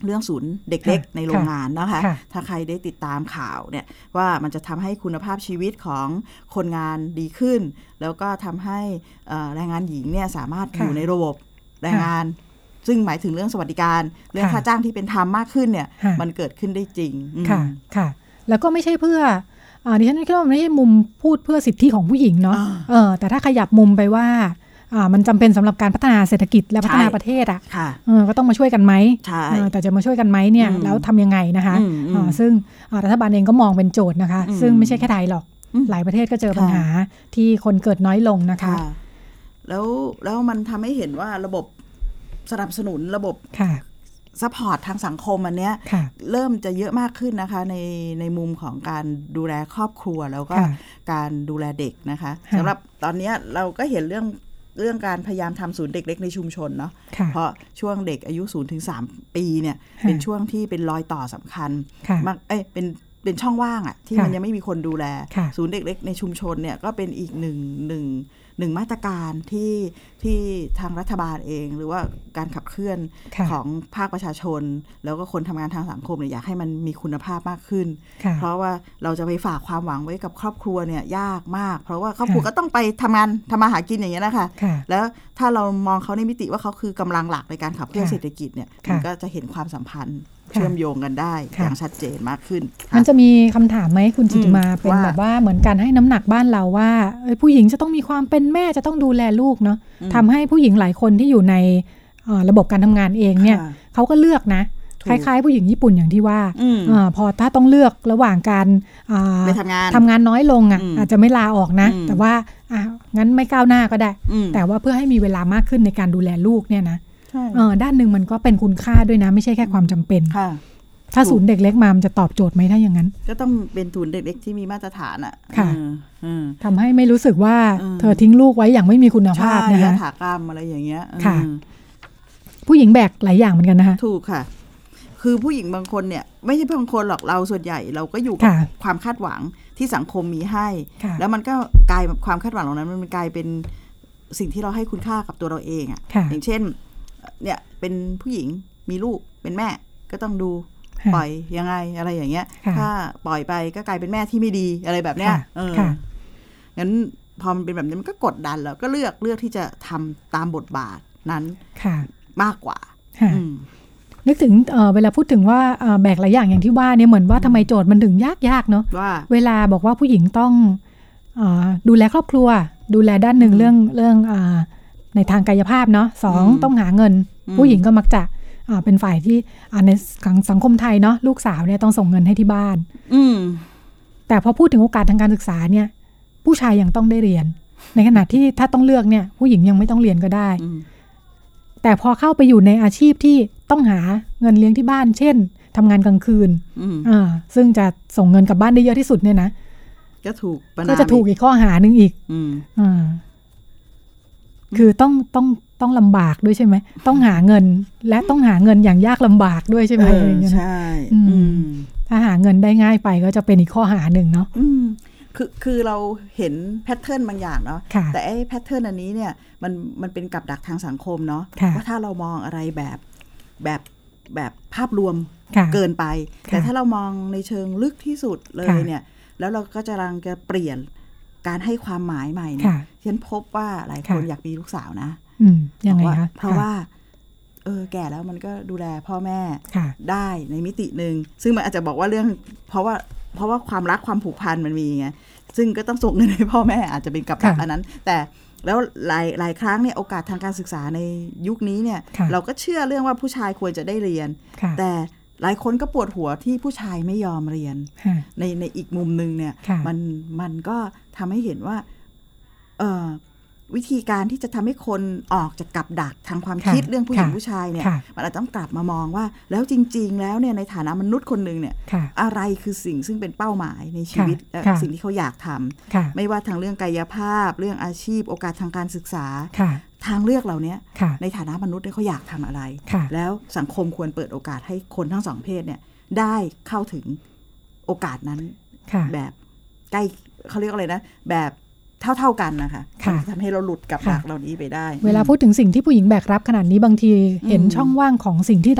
Speaker 3: เรื่องศูนย์เด็กเล็กในโรงงานนะคะถ้าใครได้ติดตามข่าวเนี่ยว่ามันจะทำให้คุณภาพชีวิตของคนงานดีขึ้นแล้วก็ทำให้แรงงานหญิงเนี่ยสามารถอยู่ในระบบแรงงานซึ่งหมายถึงเรื่องสวัสดิการเรื่องค่าจ้างที่เป็นธรรมมากขึ้นเนี่ยมันเกิดขึ้นได้จริงค่ะ
Speaker 2: ค่ะแล้วก็ไม่ใช่เพื่ออ่าดิฉันคิดว่าไม่ใช่มุมพูดเพื่อสิทธิของผู้หญิงเนาะเออแต่ถ้าขยับมุมไปว่าอ่ามันจำเป็นสำหรับการพัฒนาเศรษฐกิจและพัฒนาประเทศอ่ะเออก็ต้องมาช่วยกันไหมแต่จะมาช่วยกันไหมเนี่ยแล้วทำยังไงนะคะอ่าซึ่งรัฐบาลเองก็มองเป็นโจทย์นะคะซึ่งไม่ใช่แค่ไทยหรอกหลายประเทศก็เจอปัญหาที่คนเกิดน้อยลงนะคะ
Speaker 3: แล้วแล้วมันทำให้เห็นว่าระบบสนับสนุนระบบซัพพอร์ตทางสังคมอันเนี้ยเริ่มจะเยอะมากขึ้นนะคะในในมุมของการดูแลครอบครัวแล้วก็การดูแลเด็กนะคะสำหรับตอนนี้เราก็เห็นเรื่องเรื่องการพยายามทำศูนย์เด็กเล็กในชุมชนเนาะเพราะช่วงเด็กอายุศูนย์ถึงสามปีเนี่ยเป็นช่วงที่เป็นรอยต่อสำคัญมากเอ้ยเป็นเป็นช่องว่างอะที่มันยังไม่มีคนดูแลศูนย์เด็กเล็กในชุมชนเนี่ยก็เป็นอีกหนึ่งหนึ่งหนึ่งมาตรการที่ที่ทางรัฐบาลเองหรือว่าการขับเคลื่อนของภาคประชาชนแล้วก็คนทำงานทางสังคมเนี่ยอยากให้มันมีคุณภาพมากขึ้นเพราะว่าเราจะไปฝากความหวังไว้กับครอบครัวเนี่ยยากมากเพราะว่าครอบครัวก็ต้องไปทำงานทำมาหากินอย่างเงี้ยนะคะแล้วถ้าเรามองเขาในมิติว่าเขาคือกำลังหลักในการขับเคลื่อนเศรษฐกิจเนี่ยมันก็จะเห็นความสัมพันธ์เชื่อมโยงกันได้อย่างชัดเจนมากขึ้น
Speaker 2: มันจะมีคำถามไหมคุณจิตมาเป็นแบบว่าเหมือนการให้น้ำหนักบ้านเราว่าผู้หญิงจะต้องมีความเป็นแม่จะต้องดูแลลูกเนาะทำให้ผู้หญิงหลายคนที่อยู่ในระบบการทำงานเองเนี่ยเขาก็เลือกนะคล้ายๆผู้หญิงญี่ปุ่นอย่างที่ว่าพอถ้าต้องเลือกระหว่างการ
Speaker 3: ไปทำงาน
Speaker 2: ทำงานน้อยลงอ่ะอาจจะไม่ลาออกนะแต่ว่างั้นไม่ก้าวหน้าก็ได้แต่ว่าเพื่อให้มีเวลามากขึ้นในการดูแลลูกเนี่ยนะด้านหนึ่งมันก็เป็นคุณค่าด้วยนะไม่ใช่แค่ความจำเป็นถ้าศูนย์เด็กเล็กมามันจะตอบโจทย์ไหมถ้าอย่างนั้น
Speaker 3: ก็ต้องเป็นศูนย์เด็กเล็กที่มีมาตรฐานอ่ะ
Speaker 2: ทำให้ไม่รู้สึกว่าเธอทิ้งลูกไว้อย่างไม่มีคุณภาพนะคะ
Speaker 3: ถากรรมอะไรอย่างเงี้ย
Speaker 2: ค่ะผู้หญิงแบกหลายอย่างเหมือนกันนะคะ
Speaker 3: ถูกค่ะคือผู้หญิงบางคนเนี่ยไม่ใช่บางคนหรอกเราส่วนใหญ่เราก็อยู่กับความคาดหวังที่สังคมมีให้แล้วมันก็กลายความคาดหวังเหล่านั้นมันกลายเป็นสิ่งที่เราให้คุณค่ากับตัวเราเองอ่ะอย่างเช่นเนี่ยเป็นผู้หญิงมีลูกเป็นแม่ก็ต้องดูปล่อยยังไงอะไรอย่างเงี้ยถ้าปล่อยไปก็กลายเป็นแม่ที่ไม่ดีอะไรแบบเนี้ยเอองั้นพอมันเป็นแบบนี้มันก็กดดันแล้วก็เลือกเลือกที่จะทำตามบทบาทนั้นมากกว่า
Speaker 2: นึกถึง เ, เวลาพูดถึงว่าแบกหลายอย่างอย่างที่ว่าเนี่ยเหมือนว่าทำไมโจทย์มันถึงยากๆเนาะเวลาบอกว่าผู้หญิงต้องดูแลครอบครัวดูแลด้านหนึ่งเรื่องเรื่องในทางกายภาพเนาะสองต้องหาเงินผู้หญิงก็มักจะเป็นฝ่ายที่ในสังคมไทยเนาะลูกสาวเนี่ยต้องส่งเงินให้ที่บ้านแต่พอพูดถึงโอกาสทางการศึกษาเนี่ยผู้ชายยังต้องได้เรียนในขณะที่ถ้าต้องเลือกเนี่ยผู้หญิงยังไม่ต้องเรียนก็ได้แต่พอเข้าไปอยู่ในอาชีพที่ต้องหาเงินเลี้ยงที่บ้านเช่นทำงานกลางคืนอ่าซึ่งจะส่งเงินกลับบ้านได้เยอะที่สุดเนี่ยนะ
Speaker 3: ก็ถูก
Speaker 2: ก็จะถูกอีกข้อหานึงอีกอ่าคือต้องต้องต้องลำบากด้วยใช่ไหมต้องหาเงินและต้องหาเงินอย่างยากลำบากด้วยใช่ไหม
Speaker 3: ใช่
Speaker 2: ถ้าหาเงินได้ง่ายไปก็จะเป็นอีกข้อหาหนึ่งเนาะ
Speaker 3: คือคือเราเห็นแพทเทิร์นบางอย่างเนาะแต่ไอ้แพทเทิร์นอันนี้เนี่ยมันมันเป็นกับดักทางสังคมเนาะว่าถ้าเรามองอะไรแบบแบบแบบภาพรวมเกินไปแต่ถ้าเรามองในเชิงลึกที่สุดเลยเนี่ยแล้วเราก็จะกำลังจะเปลี่ยนการให้ความหมายใหม่เนี่ยฉันพบว่าหลายคนอยากมีลูกสาวนะ
Speaker 2: ยังไงคะ
Speaker 3: เพราะว่าเออแก่แล้วมันก็ดูแลพ่อแม่ได้ในมิตินึงซึ่งมันอาจจะบอกว่าเรื่องเพราะว่าเพราะว่าความรักความผูกพันมันมีไงซึ่งก็ต้องส่งเงินให้พ่อแม่อาจจะเป็นกับดักอันนั้นแต่แล้วหลายหลายครั้งเนี่ยโอกาสทางการศึกษาในยุคนี้เนี่ยเราก็เชื่อเรื่องว่าผู้ชายควรจะได้เรียนแต่หลายคนก็ปวดหัวที่ผู้ชายไม่ยอมเรียนในในอีกมุมนึงเนี่ยมันมันก็ทำให้เห็นว่าเออวิธีการที่จะทำให้คนออกจากกับดักทางความคิดเรื่องผู้หญิงผู้ชายเนี่ยมันอาจจะต้องกลับมามองว่าแล้วจริงๆแล้วเนี่ยในฐานะมนุษย์คนหนึ่งเนี่ยอะไรคือสิ่งซึ่งเป็นเป้าหมายในชีวิตและสิ่งที่เขาอยากทำไม่ว่าทางเรื่องกายภาพเรื่องอาชีพโอกาสทางการศึกษาทางเลือกเหล่านี้ในฐานะมนุษย์เขาอยากทำอะไรแล้วสังคมควรเปิดโอกาสให้คนทั้งสองเพศเนี่ยได้เข้าถึงโอกาสนั้นแบบใกล้เขาเรียกอะไรนะแบบเท่าๆกันนะคะทำให้เราหลุดกับดักเหล่านี้ไปได้
Speaker 2: เวลาพูดถึงสิ่งที่ผู้หญิงแบกรับขนาดนี้บางทีเห็นช่องว่างของสิ่งที่รัฐ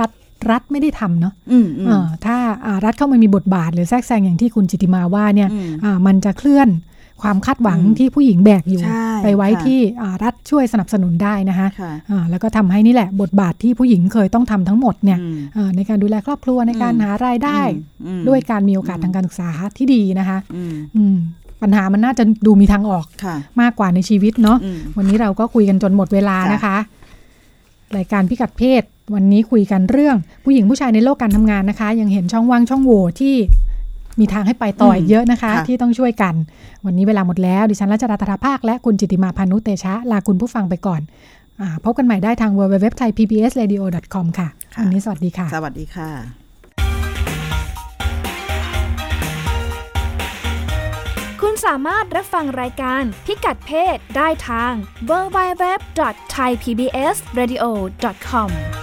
Speaker 2: รัฐไม่ได้ทำเนาะถ้ารัฐเข้ามามีบทบาทหรือแทรกแซงอย่างที่คุณจิติมาว่าเนี่ยมันจะเคลื่อนความคาดหวังที่ผู้หญิงแบกอยู่ไปไว้ที่รัฐช่วยสนับสนุนได้นะคะแล้วก็ทำให้นี่แหละบทบาทที่ผู้หญิงเคยต้องทำทั้งหมดเนี่ยในการดูแลครอบครัวในการหารายได้ด้วยการมีโอกาสทางการศึกษาที่ดีนะคะปัญหามันน่าจะดูมีทางออกมากกว่าในชีวิตเนาะวันนี้เราก็คุยกันจนหมดเวลานะคะรายการพิกัดเพศวันนี้คุยกันเรื่องผู้หญิงผู้ชายในโลกการทำงานนะคะยังเห็นช่องว่างช่องโหว่ที่มีทางให้ไปต่ออีกเยอะนะคะที่ต้องช่วยกันวันนี้เวลาหมดแล้วดิฉันรัชดาธราภาคและคุณจิติมาพานุเตชะลาคุณผู้ฟังไปก่อนพบกันใหม่ได้ทาง ดับเบิลยู ดับเบิลยู ดับเบิลยู ดอท ไทย พี บี เอส เรดิโอ ดอท คอม ค่ะวันนี้สวัสดีค่ะ
Speaker 3: สวัสดีค่ะ
Speaker 1: คุณสามารถรับฟังรายการพิกัดเพศได้ทาง ดับเบิลยู ดับเบิลยู ดับเบิลยู ดอท ไทย พี บี เอส เรดิโอ ดอท คอม